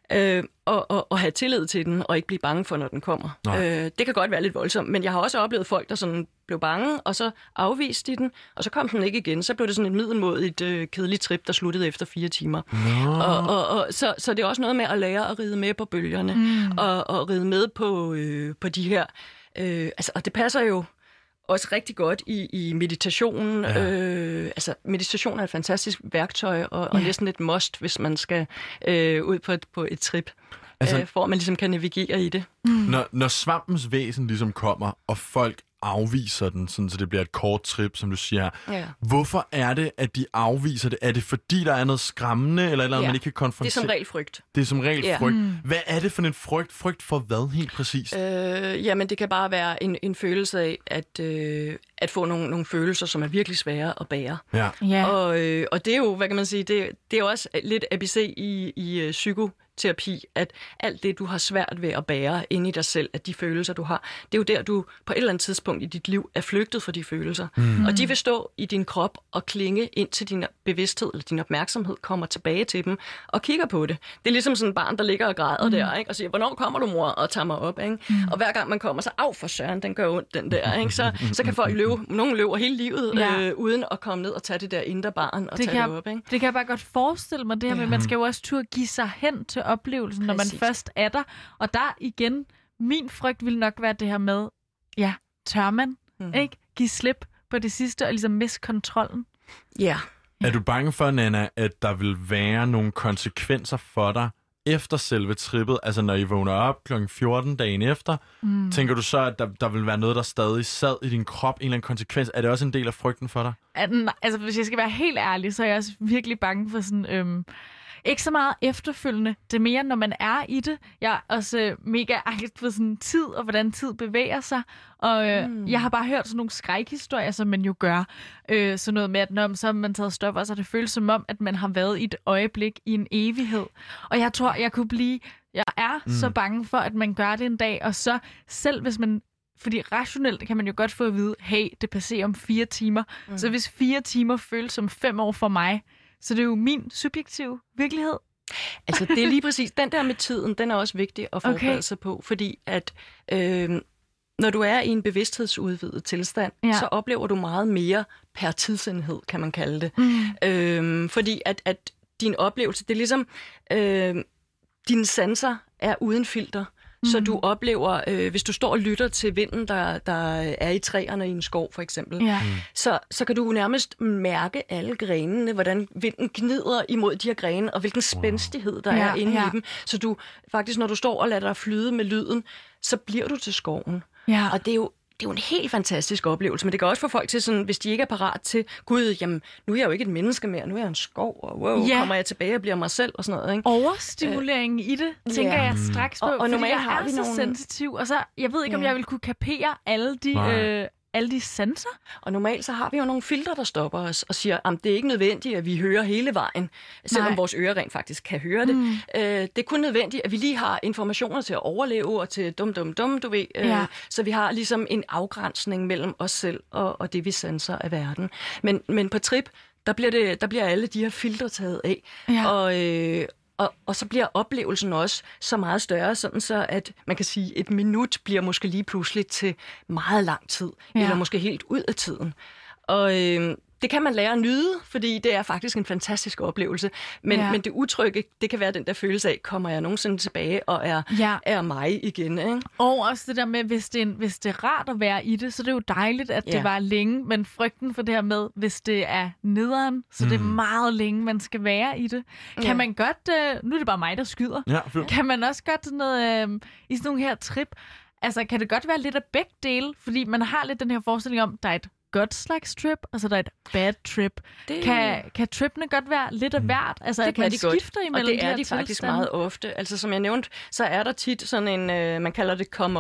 Øh, og, og, og have tillid til den, og ikke blive bange for, når den kommer. Øh, det kan godt være lidt voldsomt, men jeg har også oplevet folk, der sådan blev bange, og så afviste de den, og så kom den ikke igen. Så blev det sådan et middelmådigt, øh, kedeligt trip, der sluttede efter fire timer. No. Og, og, og, så, så det er også noget med at lære at ride med på bølgerne, mm. og, og ride med på, øh, på de her... Øh, altså, og det passer jo også rigtig godt i, i meditationen. Ja. Øh, altså, meditation er et fantastisk værktøj, og, og ja. næsten et must, hvis man skal øh, ud på et, på et trip, altså, øh, for at man ligesom kan navigere i det. Mm. Når, når svampens væsen ligesom kommer, og folk afviser den, sådan, så det bliver et kort trip, som du siger. Ja. Hvorfor er det, at de afviser det? Er det fordi, der er noget skræmmende, eller noget, ja. man ikke kan konfrontere? Det er som regel frygt. Det er som regel ja. frygt. Mm. Hvad er det for en frygt? Frygt for hvad helt præcist? Øh, jamen, det kan bare være en, en følelse af, at, øh, at få nogle, nogle følelser, som er virkelig svære at bære. Ja. Ja. Og, øh, og det er jo, hvad kan man sige, det, det er jo også lidt A B C i, i uh, psyko. terapi, at alt det, du har svært ved at bære inde i dig selv, at de følelser, du har, det er jo der, du på et eller andet tidspunkt i dit liv er flygtet fra de følelser. Mm. Og de vil stå i din krop og klinge ind til din bevidsthed, eller din opmærksomhed kommer tilbage til dem og kigger på det. Det er ligesom sådan et barn, der ligger og græder mm. der, ikke? Og siger, hvornår kommer du, mor, og tager mig op, ikke? Mm. Og hver gang man kommer, så af for søren, den gør ondt, den der, ikke? Så, så kan folk løbe, nogen løber hele livet, ja. øh, uden at komme ned og tage det der indre barn og det tage kan, det op, ikke? Det kan jeg bare godt forestille mig, det her ja. med, man skal jo også turde give sig hen til oplevelsen, når man først er der. Og der igen, min frygt vil nok være det her med, ja, tør man mm. ikke give slip på det sidste og ligesom miste kontrollen? Ja. Yeah. Er du bange for, Nanna, at der vil være nogle konsekvenser for dig efter selve trippet? Altså når I vågner op klokken fjorten dagen efter, mm. tænker du så, at der, der vil være noget, der stadig sad i din krop, en eller anden konsekvens? Er det også en del af frygten for dig? At, altså hvis jeg skal være helt ærlig, så er jeg også virkelig bange for sådan... Øhm Ikke så meget efterfølgende. Det er mere, når man er i det. Jeg er også øh, mega angst for sådan tid, og hvordan tid bevæger sig. Og øh, mm. jeg har bare hørt sådan nogle skrækhistorier, som man jo gør. Øh, sådan noget med, at når så har man taget stoffer, så det føles som om, at man har været i et øjeblik i en evighed. Og jeg tror, jeg kunne blive... Jeg er mm. så bange for, at man gør det en dag, og så selv hvis man... Fordi rationelt kan man jo godt få at vide, hey, det passerer om fire timer. Mm. Så hvis fire timer føles som fem år for mig, så det er jo min subjektive virkelighed. Altså, det er lige præcis. Den der med tiden, den er også vigtig at forberede okay. sig på, fordi at øh, når du er i en bevidsthedsudvidet tilstand, ja. så oplever du meget mere per tidsenhed, kan man kalde det. Mm. Øh, fordi at, at din oplevelse, det er ligesom, øh, dine sanser er uden filter. Mm. Så du oplever, øh, hvis du står og lytter til vinden, der, der er i træerne i en skov for eksempel, ja. mm. så, så kan du nærmest mærke alle grenene, hvordan vinden gnider imod de her grene, og hvilken spændstighed der ja, er inde ja. i dem. Så du faktisk, når du står og lader dig flyde med lyden, så bliver du til skoven. Ja. Og det er jo Det er jo en helt fantastisk oplevelse, men det kan også få folk til sådan, hvis de ikke er parat til, gud, jamen, nu er jeg jo ikke et menneske mere, nu er jeg en skov, og wow, ja. kommer jeg tilbage og bliver mig selv, og sådan noget, ikke? Overstimulering øh, i det, tænker ja. jeg straks på, og, og normalt jeg har er vi så nogle... sensitiv, og så, jeg ved ikke, ja. om jeg vil kunne kapere alle de... Øh, alle de sanser. Og normalt så har vi jo nogle filtre, der stopper os og siger, at det er ikke nødvendigt, at vi hører hele vejen, selvom Nej. vores ører rent faktisk kan høre det. Mm. Øh, det er kun nødvendigt, at vi lige har informationer til at overleve og til dum, dum, dum, du ved. Øh, ja. Så vi har ligesom en afgrænsning mellem os selv og, og det, vi sanser af verden. Men, men på trip, der bliver, det, der bliver alle de her filtre taget af. Ja. Og... Øh, Og, og så bliver oplevelsen også så meget større, sådan så at man kan sige, at et minut bliver måske lige pludselig til meget lang tid, ja. eller måske helt ud af tiden. Og øh, det kan man lære at nyde, fordi det er faktisk en fantastisk oplevelse. Men, ja. men det utrygge, det kan være den der følelse af, kommer jeg nogensinde tilbage og er, ja. er mig igen. Ikke? Og også det der med, hvis det, er, hvis det er rart at være i det, så det er jo dejligt, at ja. det var længe. Men frygten for det her med, hvis det er nederen, så mm. det er meget længe, man skal være i det. Kan ja. man godt, øh, nu er det bare mig, der skyder, ja, kan man også godt sådan noget, øh, i sådan nogle her trip, altså kan det godt være lidt af begge dele, fordi man har lidt den her forestilling om, der er et godt slags trip, og så der er et bad trip. Det... Kan, kan trippene godt være lidt af hvert? Altså, det at man de skifter godt. imellem og det de er her de faktisk tilstande? meget ofte. Altså, som jeg nævnte, så er der tit sådan en, øh, man kalder det come up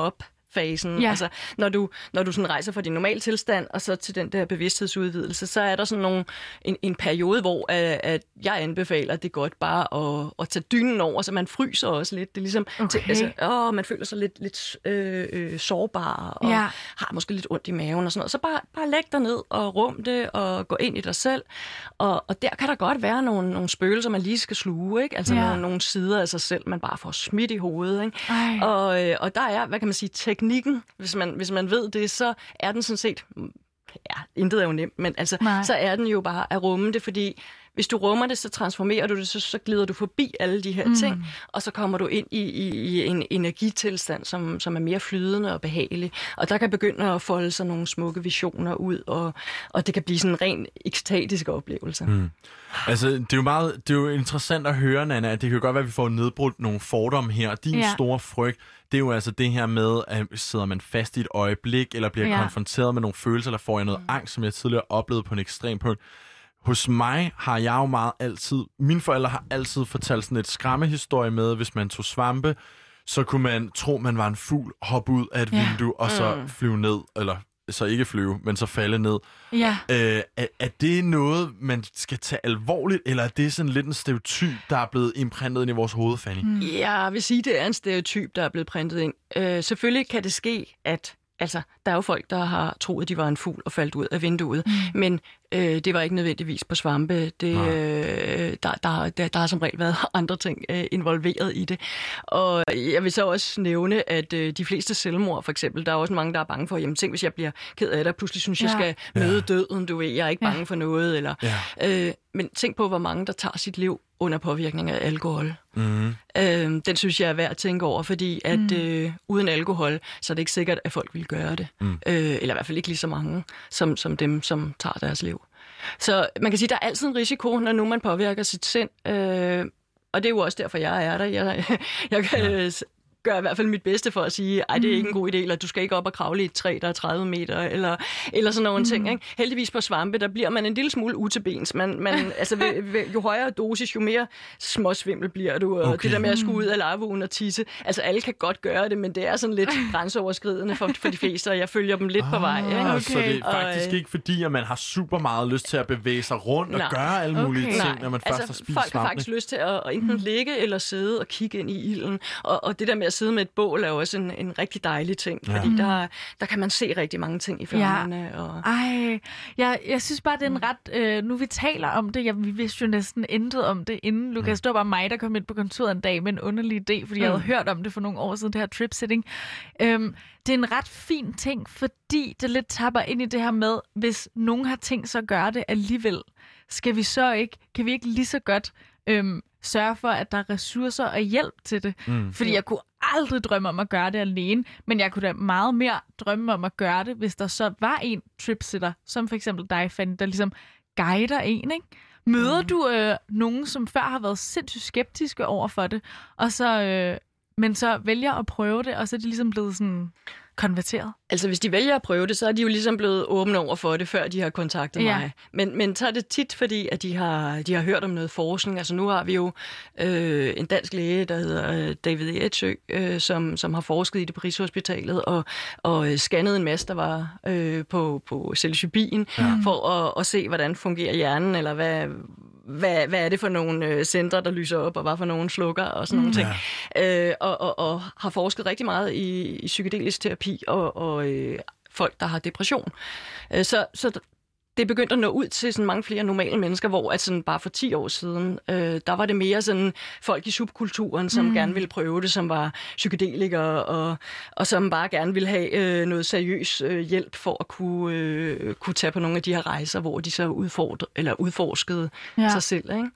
fasen. Ja. Altså, når du, når du sådan rejser fra din normale tilstand, og så til den der bevidsthedsudvidelse, så er der sådan nogle, en, en periode, hvor at, at jeg anbefaler, at det er godt bare at, at tage dynen over, så man fryser også lidt. Det er ligesom, okay. til, altså, åh, man føler sig lidt, lidt øh, øh, sårbar, og ja. har måske lidt ondt i maven og sådan noget. Så bare, bare læg dig ned og rum det, og gå ind i dig selv. Og, og der kan der godt være nogle, nogle spøgelser, man lige skal sluge, ikke? Altså ja. nogle, nogle sider af sig selv, man bare får smidt i hovedet, ikke? Og, øh, og der er, hvad kan man sige, teknikken, hvis man, hvis man ved det, så er den sådan set, ja, intet er jo nemt, men altså, så er den jo bare at rumme det, fordi hvis du rummer det, så transformerer du det, så, så glider du forbi alle de her mm. ting, og så kommer du ind i, i, i en energitilstand, som, som er mere flydende og behagelig. Og der kan begynde at folde sig nogle smukke visioner ud, og, og det kan blive sådan en ren ekstatisk oplevelse. Mm. Altså, det er jo meget, det er jo interessant at høre, Nanna, at det kan jo godt være, at vi får nedbrudt nogle fordomme her. Din ja. store frygt, det er jo altså det her med, at sidder man fast i et øjeblik, eller bliver ja. konfronteret med nogle følelser, eller får jeg noget mm. angst, som jeg tidligere oplevede på en ekstrem punkt. Hos mig har jeg jo meget altid, mine forældre har altid fortalt sådan et skræmmehistorie med, hvis man tog svampe, så kunne man tro, man var en fugl, hoppe ud af et ja. vindue, og så mm. flyve ned, eller så ikke flyve, men så falde ned. Ja. Øh, er, er det noget, man skal tage alvorligt, eller er det sådan lidt en stereotyp, der er blevet imprintet ind i vores hoved, Fanny? Mm. Ja, jeg vil sige, det er en stereotyp, der er blevet printet ind. Øh, selvfølgelig kan det ske, at altså, der er jo folk, der har troet, at de var en fugl og faldt ud af vinduet, mm. men øh, det var ikke nødvendigvis på svampe. Det, øh, der, der, der, der har som regel været andre ting øh, involveret i det. Og jeg vil så også nævne, at øh, de fleste selvmord, for eksempel, der er også mange, der er bange for, jamen tænk, hvis jeg bliver ked af det, og pludselig synes, ja. jeg skal møde ja. døden, du ved, jeg er ikke bange ja. for noget. Eller, ja. øh, men tænk på, hvor mange, der tager sit liv under påvirkning af alkohol. Mm. Øh, den synes jeg er værd at tænke over, fordi at mm. øh, uden alkohol, så er det ikke sikkert, at folk vil gøre det. Mm. Øh, eller i hvert fald ikke lige så mange, som, som dem, som tager deres liv. Så man kan sige, at der er altid en risiko, når nu man påvirker sit sind. Øh, og det er jo også derfor, jeg er der. Jeg, jeg kan ja. gør i hvert fald mit bedste for at sige, ej, det er ikke en god idé, eller du skal ikke op og kravle i et træ, der er tredive meter, eller, eller sådan nogle mm. ting. Ikke? Heldigvis på svampe, der bliver man en lille smule utilbens. Man, man, altså, ved, ved, jo højere dosis, jo mere småsvimmel bliver du, og okay. det der med at skulle ud af larveugen og tisse. Altså, alle kan godt gøre det, men det er sådan lidt grænseoverskridende for, for de fleste, og jeg følger dem lidt ah, på vej. Ikke? Okay. Så det er faktisk og, ikke fordi, at man har super meget lyst til at bevæge sig rundt og nej. gøre alle mulige okay. ting, nej. når man først altså, har spist folk svampen. Har faktisk lyst til at, at enten ligge eller sidde og kigge ind i ilden, og, og det der med at sidde med et bål er jo også en, en rigtig dejlig ting, ja. fordi der, der kan man se rigtig mange ting i flammerne. Ja. Og... Ej, jeg, jeg synes bare, det er en ret... Øh, nu vi taler om det, jeg, vi vidste jo næsten intet om det inden. Lukas, det var bare mig, der kom ind på kontoret en dag med en underlig idé, fordi mm. jeg havde hørt om det for nogle år siden, det her trip-sitting. Øhm, det er en ret fin ting, fordi det lidt tapper ind i det her med, hvis nogen har tænkt sig at gøre det alligevel, skal vi så ikke, kan vi ikke lige så godt øhm, sørge for, at der er ressourcer og hjælp til det? Mm. Fordi jeg kunne aldrig drømme om at gøre det alene, men jeg kunne da meget mere drømme om at gøre det, hvis der så var en tripsitter, som for eksempel dig, Fanny, der ligesom guider en, ikke? Møder mm. du øh, nogen, som før har været sindssygt skeptiske over for det, og så, øh, men så vælger at prøve det, og så er de ligesom blevet sådan konverteret? Altså, hvis de vælger at prøve det, så er de jo ligesom blevet åbne over for det, før de har kontaktet ja. mig. Men, men så er det tit, fordi at de har, de har hørt om noget forskning. Altså, nu har vi jo øh, en dansk læge, der hedder David Etsø, øh, som, som har forsket i det på Rigshospitalet, og, og scannet en masse, der var øh, på, på psilocybin, ja. for at, at se, hvordan fungerer hjernen, eller hvad... Hvad, hvad er det for nogle øh, centre, der lyser op, og hvad for nogle slukker, og sådan mm. nogle ting. Ja. Øh, og, og, og har forsket rigtig meget i, i psykedelisk terapi, og, og øh, folk, der har depression. Øh, så, så det er begyndt at nå ud til sådan mange flere normale mennesker, hvor at sådan bare for ti år siden, øh, der var det mere sådan folk i subkulturen, som mm. gerne ville prøve det, som var psykedelikere, og, og som bare gerne ville have øh, noget seriøs øh, hjælp for at kunne, øh, kunne tage på nogle af de her rejser, hvor de så udfordrede, eller udforskede ja. sig selv, ikke?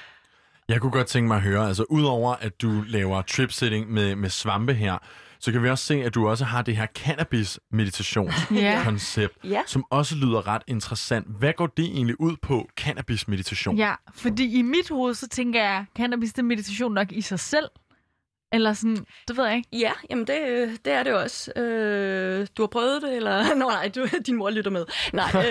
Jeg kunne godt tænke mig at høre, altså udover at du laver trip-sitting med, med svampe her, så kan vi også se, at du også har det her cannabis-meditationskoncept, yeah. yeah. som også lyder ret interessant. Hvad går det egentlig ud på, cannabis-meditation? Ja, fordi i mit hoved, så tænker jeg, cannabis det er meditation nok i sig selv. Eller sådan, det ved jeg ikke. Ja, jamen det, det er det også. Øh, du har prøvet det, eller... Nå nej, du, din mor lytter med. Nej. Øh.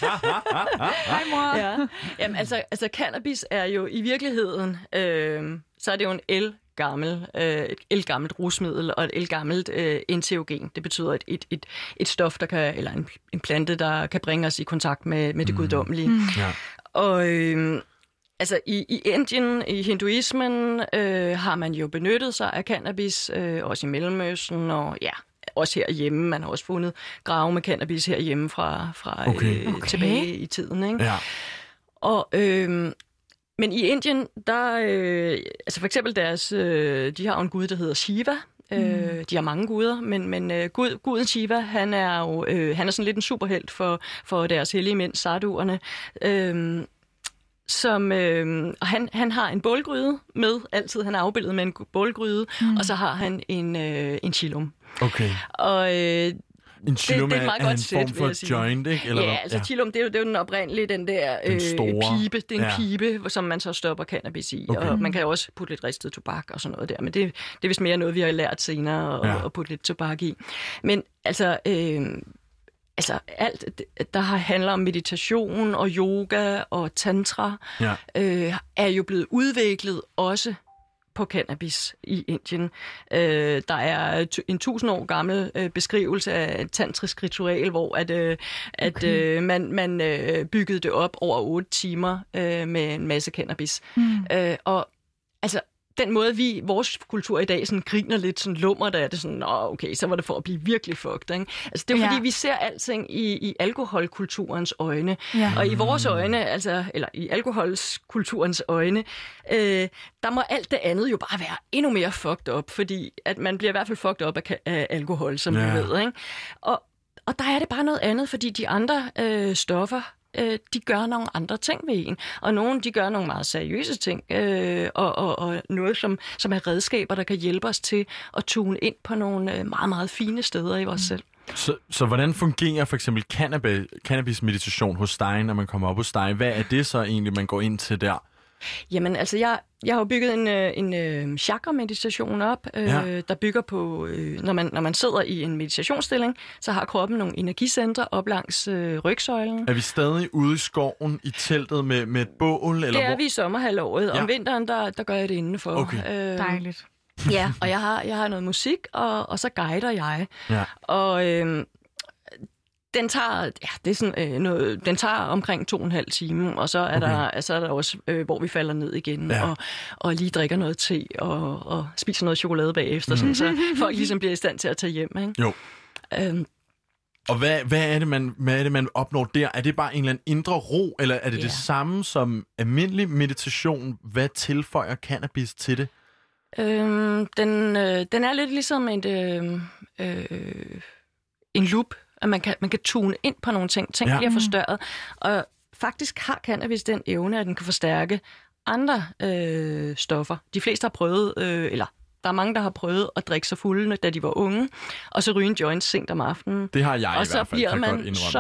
Hej mor. Ja. Jamen altså, altså, cannabis er jo i virkeligheden... Øh, så er det jo en el gammel, øh, et elgammelt rusmiddel og et elgammelt øh, enteogen. Det betyder et, et, et, et stof, der kan, eller en, en plante, der kan bringe os i kontakt med, med det mm. guddommelige. Mm. Ja. Og øh, altså i, i Indien, i hinduismen, øh, har man jo benyttet sig af cannabis, øh, også i Mellemøsten, og ja, også herhjemme. Man har også fundet grave med cannabis herhjemme fra, fra okay. Øh, okay. tilbage i tiden, ikke? Ja. Og, øh, men i Indien, der, øh, altså for eksempel deres, øh, de har jo en gud, der hedder Shiva. Mm. Øh, de har mange guder, men, men øh, gud, guden Shiva, han er jo øh, han er sådan lidt en superhelt for, for deres hellige mænd, sadhuerne. Øh, som, øh, og han, han har en bålgryde med, altid han er afbildet med en bålgryde, mm. og så har han en, øh, en chilum. Okay. Og øh, en chilum det, det er, er, er en sæt, form for joint, ikke? Eller ja, hvad? altså ja. chilum, det er, jo, det er jo den oprindelige, den der den øh, pibe. Det er en ja. pibe, som man så stopper cannabis i. Okay. Og man kan jo også putte lidt ristet tobak og sådan noget der. Men det, det er vist mere noget, vi har lært senere at, ja. at putte lidt tobak i. Men altså... Øh, Altså alt, der handler om meditation og yoga og tantra, ja. øh, er jo blevet udviklet også på cannabis i Indien. Øh, der er en tusind år gammel øh, beskrivelse af et tantrisk ritual, hvor at, øh, at okay. øh, man, man øh, byggede det op over otte timer øh, med en masse cannabis. Mm. Øh, og altså den måde, vi vores kultur i dag sådan griner lidt sådan lummer, der er det sådan, nå okay, så var det for at blive virkelig fucked, ikke? Altså det er jo ja. fordi, vi ser alting i, i alkoholkulturens øjne. Ja. Og i vores øjne, altså, eller i alkoholkulturens øjne, øh, der må alt det andet jo bare være endnu mere fucked up, fordi at man bliver i hvert fald fucked up af, af alkohol, som ja. vi ved, ikke? Og, og der er det bare noget andet, fordi de andre øh, stoffer, de gør nogle andre ting ved en. Og nogle, de gør nogle meget seriøse ting, øh, og, og, og noget, som, som er redskaber, der kan hjælpe os til at tune ind på nogle meget, meget fine steder i vores mm. selv. Så, så hvordan fungerer for eksempel cannabis, cannabis-meditation hos dig, når man kommer op hos dig? Hvad er det så egentlig, man går ind til der? Jamen, altså, jeg, jeg har jo bygget en, en, en chakra-meditation op, øh, ja. der bygger på, øh, når, man, når man sidder i en meditationsstilling, så har kroppen nogle energicentre op langs øh, rygsøjlen. Er vi stadig ude i skoven i teltet med, med et bål? Eller det er hvor? vi i sommerhalvåret. Ja. Om vinteren, der, der gør jeg det indenfor. Okay. Øh, Dejligt. Ja, og jeg har, jeg har noget musik, og, og så guider jeg. Ja. Og... Øh, Den tager, ja, det er sådan, øh, noget, den tager omkring to og en halv time, og så er, okay. der, så er der også, øh, hvor vi falder ned igen, ja. og, og lige drikker noget te, og, og spiser noget chokolade bagefter, mm. sådan, så folk ligesom bliver i stand til at tage hjem. Ikke? Jo. Øhm, og hvad, hvad, er det, man, hvad er det, man opnår der? Er det bare en eller anden indre ro, eller er det ja. det samme som almindelig meditation? Hvad tilføjer cannabis til det? Øhm, den, øh, den er lidt ligesom en, øh, øh, en loop, at man kan, man kan tune ind på nogle ting. Ting ja. bliver forstørret. Og faktisk har cannabis den evne, at den kan forstærke andre øh, stoffer. De fleste har prøvet, øh, eller der er mange, der har prøvet at drikke sig fulde, da de var unge, og så ryge en joint sent om aftenen. Det har jeg og i hvert fald, så bliver man så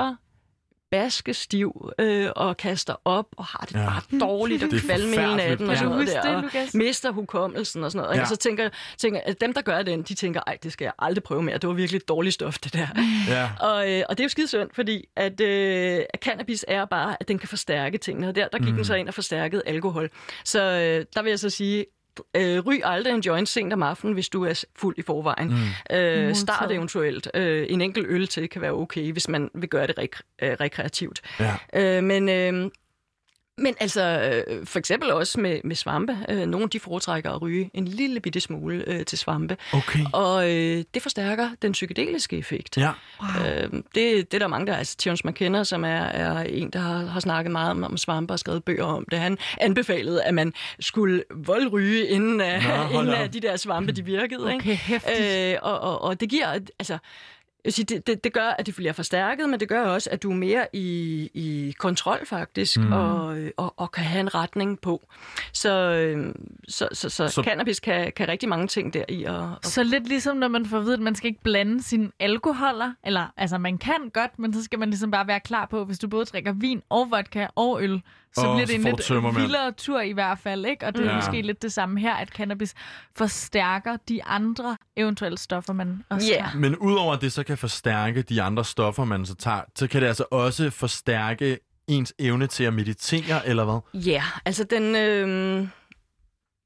baskestiv øh, og kaster op og har det ja. bare dårligt og kvalme hele natten og sådan noget der, og mister hukommelsen og sådan noget. Ja. Og så tænker, tænker at dem, der gør den, de tænker, ej, det skal jeg aldrig prøve mere. Det var virkelig et dårligt stof, det der. Ja. Og, øh, og det er jo skide synd, fordi at, øh, at cannabis er bare, at den kan forstærke tingene. Og der, der gik mm. den så ind og forstærkede alkohol. Så øh, der vil jeg så sige, Øh, ryg aldrig en joint sent om aftenen, hvis du er fuld i forvejen. Mm. Øh, start eventuelt. Øh, en enkelt øl til kan være okay, hvis man vil gøre det rek- øh, rekreativt. Ja. Øh, men... Øh, Men altså, øh, for eksempel også med, med svampe. Øh, nogle de foretrækker at ryge en lille bitte smule øh, til svampe. Okay. Og øh, det forstærker den psykedeliske effekt. Ja. Wow. Øh, det, det er der mange, der... Altså, Terence McKenna, som er, er en, der har, har snakket meget om, om svampe og skrevet bøger om det. Han anbefalede, at man skulle voldryge, inden, af, Nå, inden af de der svampe, de virkede. Okay, ikke? hæftigt. Øh, og, og, og det giver... Altså, Det, det, det gør, at det bliver forstærket, men det gør også, at du er mere i, i kontrol faktisk, mm. og, og, og kan have en retning på. Så, så, så, så, så cannabis kan, kan rigtig mange ting der i. Og, og... Så lidt ligesom, når man får at vide, at man skal ikke blande sine alkoholer, eller altså man kan godt, men så skal man ligesom bare være klar på, hvis du både drikker vin og vodka og øl, så oh, bliver det så en lidt vildere tur i hvert fald, ikke? Og det er ja. måske lidt det samme her, at cannabis forstærker de andre eventuelle stoffer, man også yeah. tager. Men udover det så kan forstærke de andre stoffer, man så tager, så kan det altså også forstærke ens evne til at meditere, eller hvad? Ja, yeah, altså den... Øh...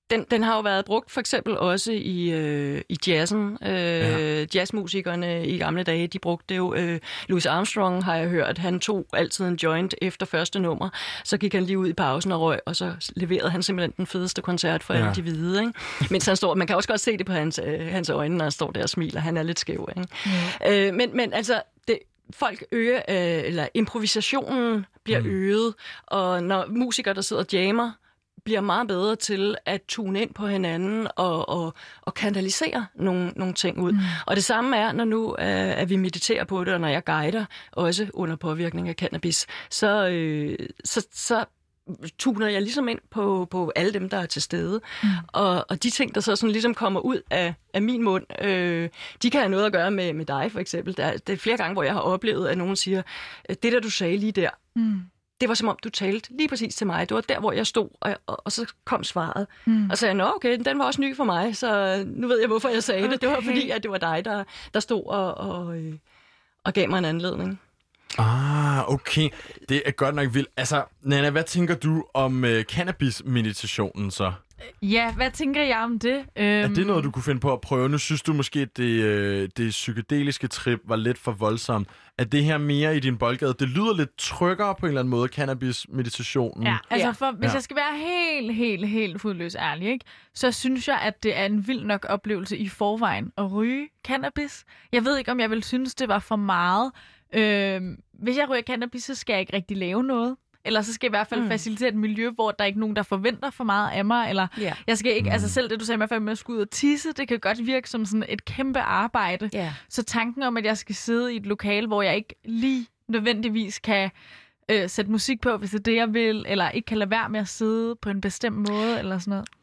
Den, den har jo været brugt for eksempel også i, øh, i jazzen. Øh, ja. Jazzmusikerne i gamle dage, de brugte det jo. Øh, Louis Armstrong har jeg hørt, han tog altid en joint efter første nummer. Så gik han lige ud i pausen og røg, og så leverede han simpelthen den fedeste koncert for ja. alle de hvide. Ikke? Mens han står, man kan også godt se det på hans, øh, hans øjne, når han står der og smiler. Han er lidt skæv. Ikke? Mm. Øh, men, men altså... Det, folk øger, øh, eller improvisationen bliver mm. øget, og når musikere, der sidder og jammer, bliver meget bedre til at tune ind på hinanden og, og, og kanalisere nogle, nogle ting ud. Mm. Og det samme er, når nu øh, at vi mediterer på det, og når jeg guider, også under påvirkning af cannabis, så, øh, så, så tuner jeg ligesom ind på, på alle dem, der er til stede. Mm. Og, og de ting, der så sådan ligesom kommer ud af, af min mund, øh, de kan have noget at gøre med, med dig, for eksempel. Der er, det er flere gange, hvor jeg har oplevet, at nogen siger, det der, du sagde lige der, mm. det var som om, du talte lige præcis til mig. Det var der, hvor jeg stod, og, og, og så kom svaret. Mm. Og så sagde jeg, nå okay, den var også ny for mig, så nu ved jeg, hvorfor jeg sagde okay. det. Det var fordi, at det var dig, der, der stod og, og, øh, og gav mig en anledning. Ah, okay. Det er godt nok vildt. Altså, Nanna, hvad tænker du om uh, cannabis-meditationen så? Ja, hvad tænker jeg om det? Øhm... Er det noget, du kunne finde på at prøve? Nu synes du måske, at det, øh, det psykedeliske trip var lidt for voldsomt. Er det her mere i din boldgade? Det lyder lidt tryggere på en eller anden måde, cannabis-meditationen. Ja, altså for, hvis ja. jeg skal være helt, helt, helt hudløs ærlig, ikke, så synes jeg, at det er en vild nok oplevelse i forvejen at ryge cannabis. Jeg ved ikke, om jeg vil synes, det var for meget. Øh, hvis jeg ryger cannabis, så skal jeg ikke rigtig lave noget. Eller så skal jeg i hvert fald mm. facilitere et miljø, hvor der er ikke nogen, der forventer for meget af mig. Eller yeah. jeg skal ikke, mm. altså selv det, du sagde med, med at skulle ud og tisse, det kan godt virke som sådan et kæmpe arbejde. Yeah. Så tanken om, at jeg skal sidde i et lokale, hvor jeg ikke lige nødvendigvis kan øh, sætte musik på, hvis det er det, jeg vil, eller ikke kan lade være med at sidde på en bestemt måde, eller sådan noget.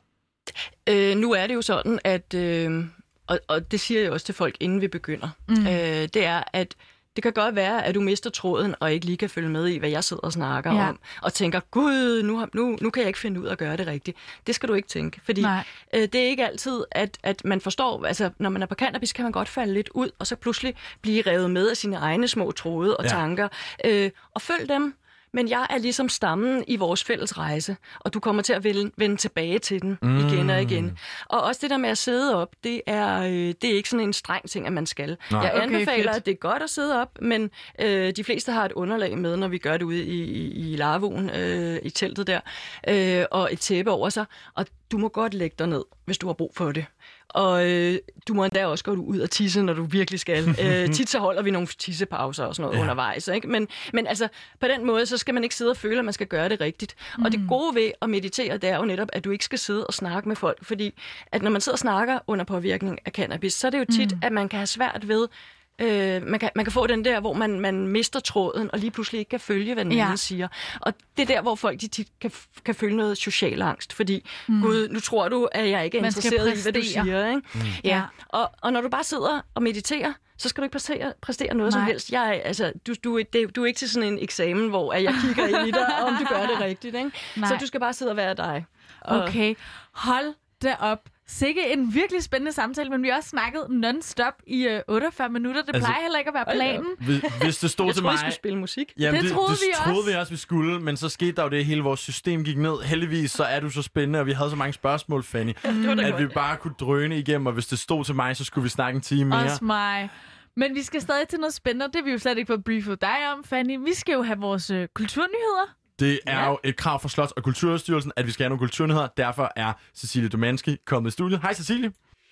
Øh, nu er det jo sådan, at, øh, og, og det siger jeg også til folk, inden vi begynder, mm. øh, det er, at det kan godt være, at du mister tråden og ikke lige kan følge med i, hvad jeg sidder og snakker ja. om, og tænker, gud, nu, nu, nu kan jeg ikke finde ud af at gøre det rigtigt. Det skal du ikke tænke, fordi øh, det er ikke altid, at, at man forstår, altså når man er på cannabis, kan man godt falde lidt ud, og så pludselig blive revet med af sine egne små tråde og ja. tanker, øh, og følg dem. Men jeg er ligesom stammen i vores fælles rejse, og du kommer til at vende, vende tilbage til den mm. igen og igen. Og også det der med at sidde op, det er, øh, det er ikke sådan en streng ting, at man skal. Nej. Jeg anbefaler, okay, at det er godt at sidde op, men øh, de fleste har et underlag med, når vi gør det ude i, i, i larvuen, øh, i teltet der, øh, og et tæppe over sig, og du må godt lægge dig ned, hvis du har brug for det. Og øh, du må endda også gå ud og tisse, når du virkelig skal. Øh, tit så holder vi nogle tissepauser og sådan noget ja. undervejs. Ikke? Men, men altså, på den måde, så skal man ikke sidde og føle, at man skal gøre det rigtigt. Mm. Og det gode ved at meditere, det er jo netop, at du ikke skal sidde og snakke med folk. Fordi at når man sidder og snakker under påvirkning af cannabis, så er det jo tit, mm. at man kan have svært ved... Øh, man, kan, man kan få den der, hvor man, man mister tråden, og lige pludselig ikke kan følge, hvad den ja. anden siger. Og det er der, hvor folk de tit kan, kan føle noget social angst, fordi, mm. gud, nu tror du, at jeg ikke er man interesseret i, hvad du siger. Ikke? Mm. Ja. Og, og når du bare sidder og mediterer, så skal du ikke præstere, præstere noget Nej. som helst. Jeg, altså, du, du, det, du er ikke til sådan en eksamen, hvor jeg kigger ind i dig, om du gør det rigtigt. Ikke? Så du skal bare sidde og være dig. Og... Okay, hold da op. Sikke en virkelig spændende samtale, men vi har også snakket non-stop i øh, otteogfyrre minutter. Det plejer altså, heller ikke at være planen. Hvis, hvis det stod jeg til troede, mig... vi skulle spille musik. Jamen, det, det troede det, vi det også. troede vi også, vi skulle, men så skete der jo det, at hele vores system gik ned. Heldigvis så er du så spændende, og vi havde så mange spørgsmål, Fanny, mm. at godt, vi bare kunne drøne igennem, og hvis det stod til mig, så skulle vi snakke en time mere. Også mig. Men vi skal stadig til noget spændende, det er vi jo slet ikke fået briefet dig om, Fanny. Vi skal jo have vores øh, kulturnyheder. Det er ja. jo et krav fra Slots- og Kulturstyrelsen, at vi skal have nogle kulturnyheder. Derfor er Cecilie Domanski kommet i studiet. Hej Cecilie.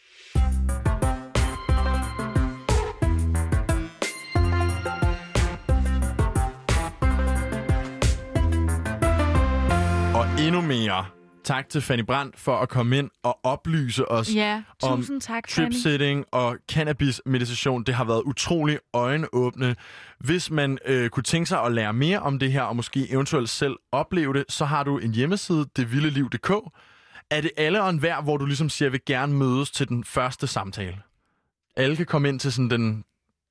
Og endnu mere tak til Fanny Brandt for at komme ind og oplyse os ja, om tak, trip-sitting og cannabis-meditation. Det har været utrolig øjenåbne. Hvis man øh, kunne tænke sig at lære mere om det her, og måske eventuelt selv opleve det, så har du en hjemmeside, det vilde liv punktum d k. Er det alle og enhver, hvor du ligesom siger, jeg vil gerne mødes til den første samtale? Alle kan komme ind til sådan den...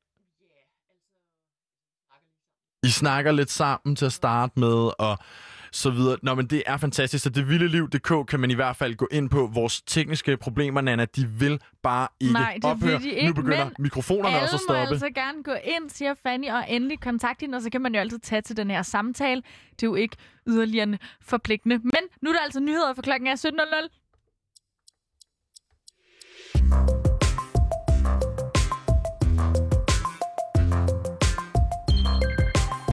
I snakker lidt sammen til at starte med, og så videre. Nå, men det er fantastisk, så det vilde liv punktum d k kan man i hvert fald gå ind på. Vores tekniske problemer, Nanna, de vil bare ikke Nej, det ophøre. Vil de ikke, nu begynder mikrofonerne også at stoppe. Alle må altså gerne gå ind, siger Fanny, og endelig kontakt hende, og så kan man jo altid tage til den her samtale. Det er jo ikke yderligere forpligtende. Men nu er der altså nyheder, for klokken er sytten nul nul.